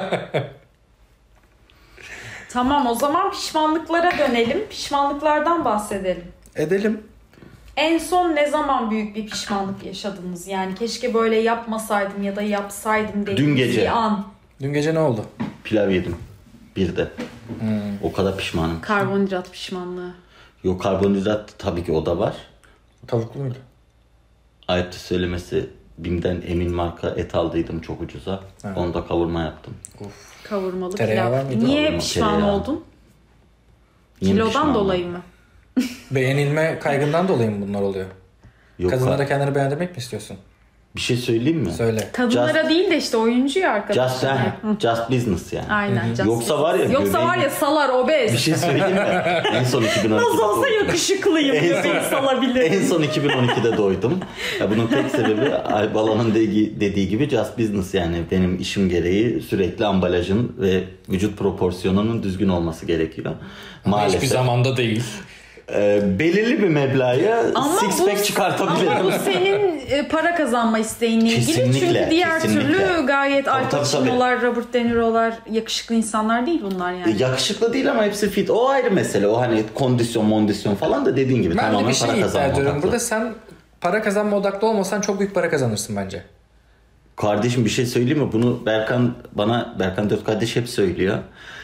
Tamam, o zaman pişmanlıklara dönelim. Pişmanlıklardan bahsedelim. Edelim. En son ne zaman büyük bir pişmanlık yaşadınız? Yani keşke böyle yapmasaydım ya da yapsaydım dediğiniz Dün gece. bir an. Dün gece ne oldu? Pilav yedim. Bir de. Hmm. O kadar pişmanım. Karbonhidrat pişmanlığı. Yok, karbonhidrat tabii ki o da var. Tavuklu muydu? Ayıptır söylemesi, Bim'den Emin marka et aldıydım çok ucuza. Ha. Onu da kavurma yaptım. Of. Kavurmalı Tereyağı var pilav. mıydı? Niye Kavurma, pişman tereyağı. oldun? Niye Kilodan pişmanım? dolayı mı? Beğenilme kaygından dolayı mı bunlar oluyor? Yok, Kadınlara kendini beğendirmek mi istiyorsun? bir şey söyleyeyim mi? Söyle. Kadınlara Just- değil de işte oyuncuya arkadaşlar. Just, ha, just business yani. Aynen. just Yoksa var ya, Yoksa göbeği- var ya salar obez. Bir şey söyleyeyim mi? En son iki bin on ikide Nasıl olsa doydum. yakışıklıyım. En son- Göbeği salabilirim. En son iki bin on ikide doydum. Ya bunun tek sebebi Aybala'nın dediği, dediği gibi just business, yani benim işim gereği sürekli ambalajın ve vücut proporsiyonunun düzgün olması gerekiyor. Maalesef. Hiçbir zamanda değil. e, belirli bir meblağa Ama six bu, pack çıkartabilirim. ama bu senin e, para kazanma isteğinle ilgili. Kesinlikle, Çünkü diğer kesinlikle. türlü gayet Tabii, Al tabii, Pacino'lar, Robert De Niro'lar yakışıklı insanlar değil bunlar yani. Yakışıklı değil ama hepsi fit. O ayrı mesele. O hani kondisyon, mondisyon falan da dediğin gibi Ben de tamamen bir şey para iddia kazanma ediyorum. odaklı. Burada sen para kazanma odaklı olmasan çok büyük para kazanırsın bence. Kardeşim bir şey söyleyeyim mi? Bunu Berkan bana, Berkan Dört Kardeş hep söylüyor.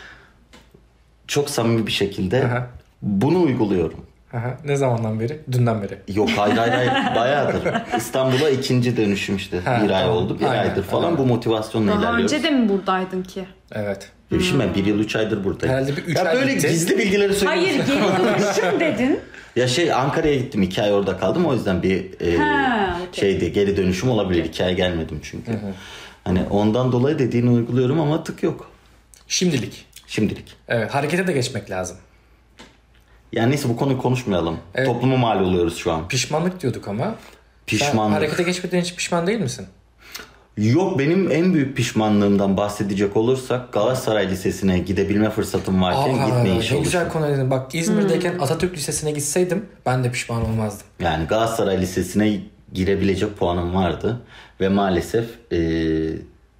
Çok samimi bir şekilde Aha. bunu uyguluyorum. Aha, ne zamandan beri? Dünden beri. Yok hayır hayır hayır bayağıdır. İstanbul'a ikinci dönüşüm işte. Ha, bir ay tamam. oldu. Bir Aynen, aydır falan aynen. bu motivasyonla Daha ilerliyoruz. önce de mi buradaydın ki? Evet. Şimdi ben bir yıl üç aydır buradayım. Herhalde bir üç ya ay böyle gitti. gizli bilgileri söylüyorsun. Hayır, geri dönüşüm dedin. Ya şey, Ankara'ya gittim, iki ay orada kaldım, o yüzden bir e, Ha, okey. şeydi, geri dönüşüm olabilir. iki ay gelmedim çünkü. Hani ondan dolayı dediğini uyguluyorum ama tık yok. Şimdilik. Şimdilik. Evet, harekete de geçmek lazım. Yani neyse bu konuyu konuşmayalım. Evet. Topluma mal oluyoruz şu an. Pişmanlık diyorduk ama. Sen Pişmanlık. harekete geçmeden hiç pişman değil misin? Yok, benim en büyük pişmanlığımdan bahsedecek olursak Galatasaray Lisesi'ne gidebilme fırsatım varken Aa, gitmeyi ne çalıştım. güzel konu dedin. Bak İzmir'deyken Atatürk Lisesi'ne gitseydim ben de pişman olmazdım. Yani Galatasaray Lisesi'ne girebilecek puanım vardı ve maalesef eee,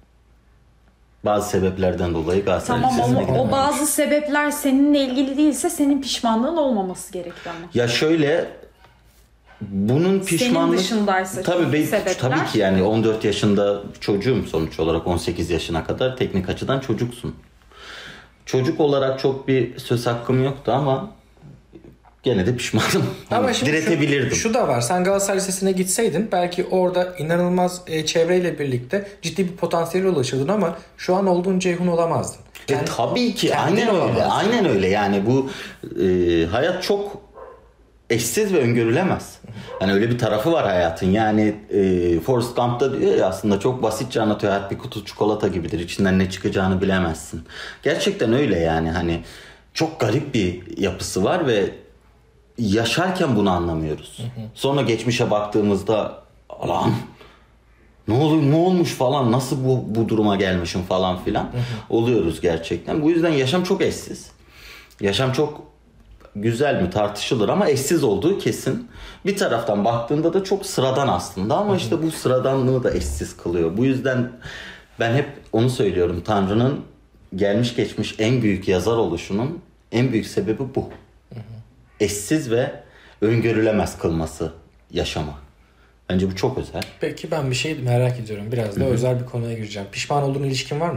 bazı sebeplerden dolayı Galatasaray Tamam Lisesi'ne ama giremedim. o bazı sebepler seninle ilgili değilse senin pişmanlığın olmaması gerekli ama. Ya şöyle, bunun pişmanlık... dışındaysa tabii, çünkü ben, sebepler. tabii ki yani on dört yaşında çocuğum sonuç olarak, on sekiz yaşına kadar teknik açıdan çocuksun. Çocuk olarak çok bir söz hakkım yoktu ama gene de pişmanım. Ama Hani şimdi diretebilirdim. Şu, şu da var. Sen Galatasaray Lisesi'ne gitseydin belki orada inanılmaz e, çevreyle birlikte ciddi bir potansiyele ulaşırdın ama şu an olduğun Ceyhun olamazdın. E, Kendi- tabii ki kendin aynen öyle. olamazdın. Aynen öyle. Yani bu e, hayat çok eşsiz ve öngörülemez. Yani öyle bir tarafı var hayatın. Yani e, Forrest Gump'ta diyor ya, aslında çok basitçe anlatıyor. Hayat bir kutu çikolata gibidir. İçinden ne çıkacağını bilemezsin. Gerçekten öyle yani. Hani çok garip bir yapısı var ve yaşarken bunu anlamıyoruz. Sonra geçmişe baktığımızda Allah'ım ne oluyor, ne olmuş falan, nasıl bu bu duruma gelmişim falan filan oluyoruz gerçekten. Bu yüzden yaşam çok eşsiz. Yaşam çok güzel mi tartışılır ama eşsiz olduğu kesin. Bir taraftan baktığında da çok sıradan aslında ama işte bu sıradanlığı da eşsiz kılıyor. Bu yüzden ben hep onu söylüyorum. Tanrı'nın gelmiş geçmiş en büyük yazar oluşunun en büyük sebebi bu. Eşsiz ve öngörülemez kılması yaşama. Bence bu çok özel. Peki ben bir şey merak ediyorum. Biraz da özel bir konuya gireceğim. Pişman olduğun ilişkin var mı?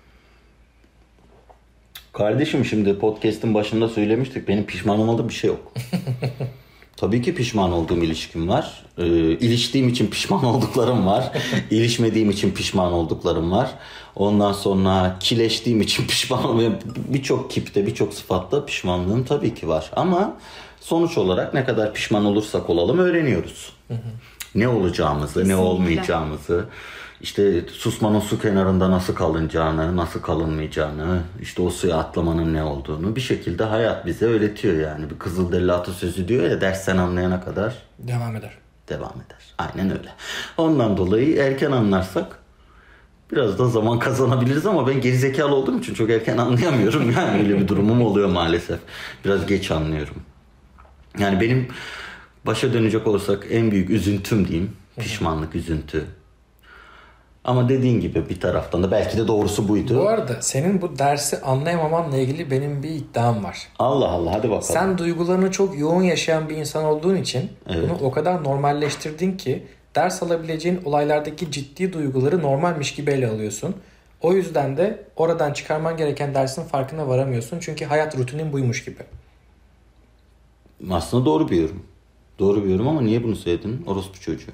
Kardeşim, şimdi podcast'in başında söylemiştik. Benim pişman olmadığım bir şey yok. Tabii ki pişman olduğum ilişkim var. Ee, iliştiğim için pişman olduklarım var. İlişmediğim için pişman olduklarım var. Ondan sonra kileştiğim için pişman oluyorum. Birçok kipte, birçok sıfatta pişmanlığım tabii ki var. Ama sonuç olarak ne kadar pişman olursak olalım öğreniyoruz. Ne olacağımızı, Kesinlikle. ne olmayacağımızı, işte susmanın su kenarında nasıl kalınacağını, nasıl kalınmayacağını, işte o suya atlamanın ne olduğunu bir şekilde hayat bize öğretiyor yani. Bir Kızılderili atasözü diyor ya, dersten anlayana kadar Devam eder. devam eder. Aynen öyle. Ondan dolayı erken anlarsak biraz da zaman kazanabiliriz ama ben gerizekalı olduğum için çok erken anlayamıyorum. Yani öyle bir durumum oluyor maalesef. Biraz geç anlıyorum. Yani benim başa dönecek olursak en büyük üzüntüm diyeyim. Pişmanlık, üzüntü. Ama dediğin gibi bir taraftan da belki de doğrusu buydu. Bu arada senin bu dersi anlayamamanla ilgili benim bir iddiam var. Allah Allah, hadi bakalım. Sen duygularını çok yoğun yaşayan bir insan olduğun için Evet. bunu o kadar normalleştirdin ki ders alabileceğin olaylardaki ciddi duyguları normalmiş gibi ele alıyorsun. O yüzden de oradan çıkarman gereken dersin farkına varamıyorsun. Çünkü hayat rutinin buymuş gibi. Aslında doğru bir yorum. Doğru bir yorum ama niye bunu söyledin? Orospu çocuğu.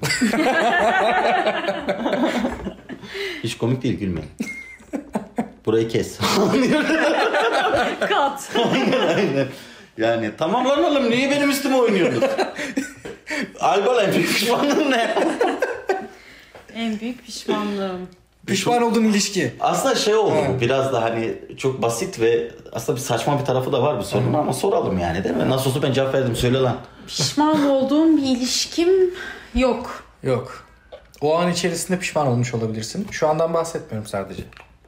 Hiç komik değil, gülmeyin. Burayı kes. Kat. Aynen aynen. Yani tamamlanalım. Niye benim üstüme oynuyorsunuz? Albala en büyük pişmanlığım ne? En büyük pişmanlığım. Pişman olduğun ilişki. Aslında şey oldu Evet. bu. Biraz da hani çok basit ve aslında bir saçma bir tarafı da var bu sorunun ama soralım yani, değil mi? Nasıl olsa ben cevap verdim. Söyle lan. Pişman olduğum bir ilişkim yok. Yok. O an içerisinde pişman olmuş olabilirsin. Şu andan bahsetmiyorum sadece.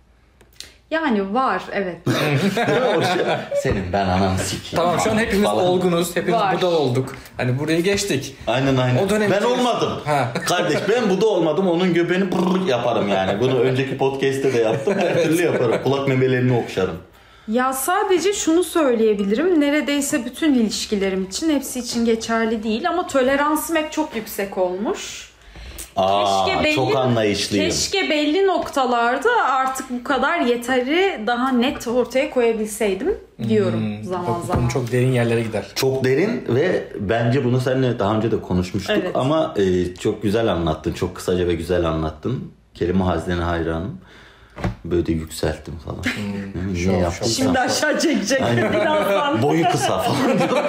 Yani var, evet. O şey- Senin ben ananı sikeyim. Tamam, şu an hepimiz Falan. olgunuz. Hepimiz Var. Buda olduk. Hani burayı geçtik. Aynen aynen. O dönem ben içerisinde- olmadım. Ha. Kardeş ben bu da olmadım. Onun göbeğini brrr yaparım yani. Bunu önceki podcast'te de yaptım. Her türlü yaparım. Kulak memelerini okşarım. Ya sadece şunu söyleyebilirim. Neredeyse bütün ilişkilerim için, hepsi için geçerli değil ama toleransım hep çok yüksek olmuş. Aa, Keşke belli- çok anlayışlıyım. Keşke belli noktalarda artık bu kadar yeteri daha net ortaya koyabilseydim diyorum Hmm, zaman bak, bu zaman. konu çok derin yerlere gider. Çok derin ve bence bunu seninle daha önce de konuşmuştuk Evet. ama e, çok güzel anlattın. Çok kısaca ve güzel anlattın. Kelime hazinene hayranım. Böyle de yükselttim falan. Hmm, şov, Niye yaptım? Şimdi aşağı çekecek Aynen. birazdan. Boyu kısa falan diyor.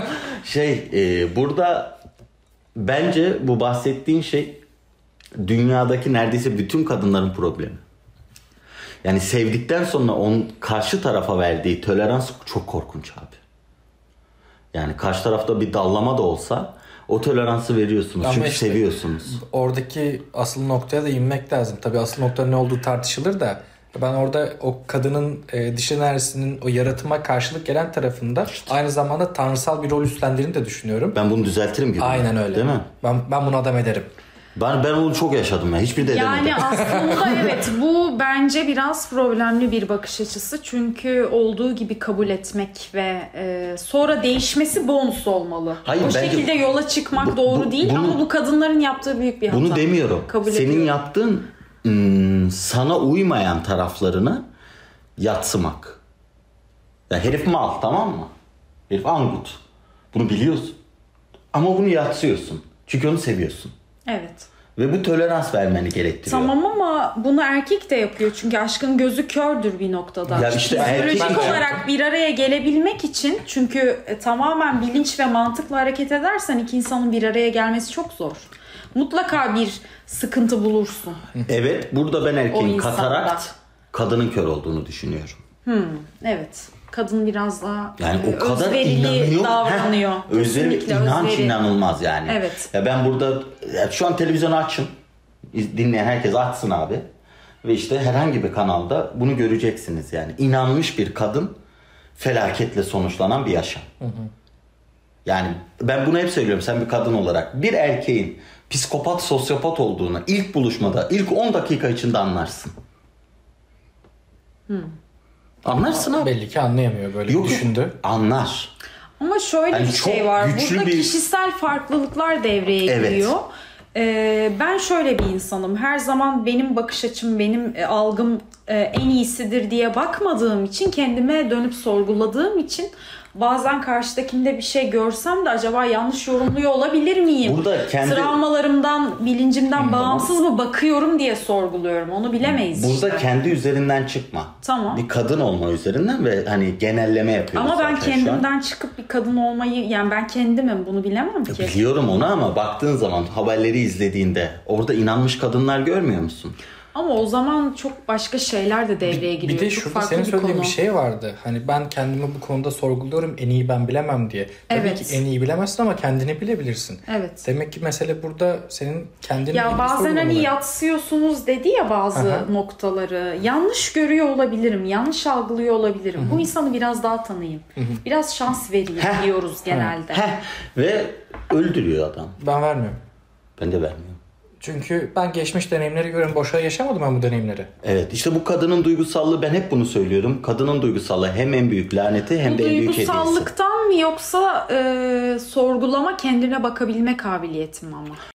Şey e, burada bence bu bahsettiğin şey dünyadaki neredeyse bütün kadınların problemi. Yani sevdikten sonra onun karşı tarafa verdiği tolerans çok korkunç abi. Yani karşı tarafta bir dallama da olsa o toleransı veriyorsunuz. Ama çünkü işte- seviyorsunuz. Oradaki asıl noktaya da inmek lazım. Tabii asıl noktanın ne olduğu tartışılır da ben orada o kadının e, dişi enerjisinin o yaratıma karşılık gelen tarafında aynı zamanda tanrısal bir rol üstlendiğini de düşünüyorum. Ben bunu düzeltirim gibi. Aynen öyle. Değil mi? Ben, ben bunu adam ederim. Ben ben onu çok yaşadım ya. Hiçbir de edemedim. Yani aslında evet, bu bence biraz problemli bir bakış açısı. Çünkü olduğu gibi kabul etmek ve e, sonra değişmesi bonus olmalı. Hayır, o bence şekilde yola çıkmak bu- doğru bu- değil bunu- ama bu kadınların yaptığı büyük bir hata. Bunu demiyorum. Kabul Senin ediyorum. yaptığın ım, sana uymayan taraflarını yatsımak. Ya herif mal, tamam mı? Herif angut. Bunu biliyorsun. Ama bunu yatsıyorsun. Çünkü onu seviyorsun. Evet. Ve bu tolerans vermeni gerektiriyor. Tamam ama bunu erkek de yapıyor. Çünkü aşkın gözü kördür bir noktada. Ya işte erkek- Psikolojik Ben- olarak bir araya gelebilmek için, çünkü e, tamamen bilinç ve mantıkla hareket edersen iki insanın bir araya gelmesi çok zor. Mutlaka bir sıkıntı bulursun. Evet, burada ben O erkeğin insanda. katarakt, kadının kör olduğunu düşünüyorum. Evet. Kadın biraz daha Yani e, o kadar özverili inanıyor. davranıyor. Heh, özveri, Kesinlikle inanç özveri. inanılmaz yani. Evet. Ya ben burada ya şu an televizyonu açın. İz- Dinleyen herkes açsın abi. Ve işte herhangi bir kanalda bunu göreceksiniz yani. İnanmış bir kadın felaketle sonuçlanan bir yaşam. Yani ben bunu hep söylüyorum sen bir kadın olarak. Bir erkeğin psikopat, sosyopat olduğunu ilk buluşmada, ilk on dakika içinde anlarsın. Anlarsın abi. Belli ki anlayamıyor böyle Yok, düşündü. anlar. Ama şöyle Yani bir çok şey var. güçlü Burada bir- kişisel farklılıklar devreye Evet. giriyor. Ee, ben şöyle bir insanım. Her zaman benim bakış açım, benim e, algım e, en iyisidir diye bakmadığım için, kendime dönüp sorguladığım için bazen karşıdakinde bir şey görsem de acaba yanlış yorumluyor olabilir miyim? Burada kendi- Travmalarımdan, bilincimden bağımsız mı bakıyorum diye sorguluyorum. Onu bilemeyiz Burada işte. kendi üzerinden çıkma. Tamam. Bir kadın olma üzerinden ve hani genelleme yapıyoruz Ama ben zaten şu an. kendimden çıkıp bir kadın olmayı, yani ben kendimim, bunu bilemem ki. Biliyorum onu ama baktığın zaman haberleri izlediğinde orada inanmış kadınlar görmüyor musun? Ama o zaman çok başka şeyler de devreye giriyor. Bir de çok şurada farklı senin bir söylediğin konu. bir şey vardı. Hani ben kendimi bu konuda sorguluyorum. En iyi ben bilemem diye. Tabii Evet. ki en iyi bilemezsin ama kendini bilebilirsin. Evet. Demek ki mesele burada senin kendini Ya iyi bazen hani sorgulaman. yatsıyorsunuz dedi ya bazı Aha. noktaları. Yanlış görüyor olabilirim. Yanlış algılıyor olabilirim. Bu insanı biraz daha tanıyayım. Biraz şans vereyim Heh. diyoruz genelde. Heh, ve öldürüyor adam. Ben vermiyorum. Ben de vermiyorum. Çünkü ben geçmiş deneyimleri görüyorum. Boşa yaşamadım ben bu deneyimleri. Evet, işte bu kadının duygusallığı, ben hep bunu söylüyorum. Kadının duygusallığı hem en büyük laneti hem Bu de en büyük hediyesi. duygusallıktan mı yoksa e, sorgulama, kendine bakabilme kabiliyeti mi ama?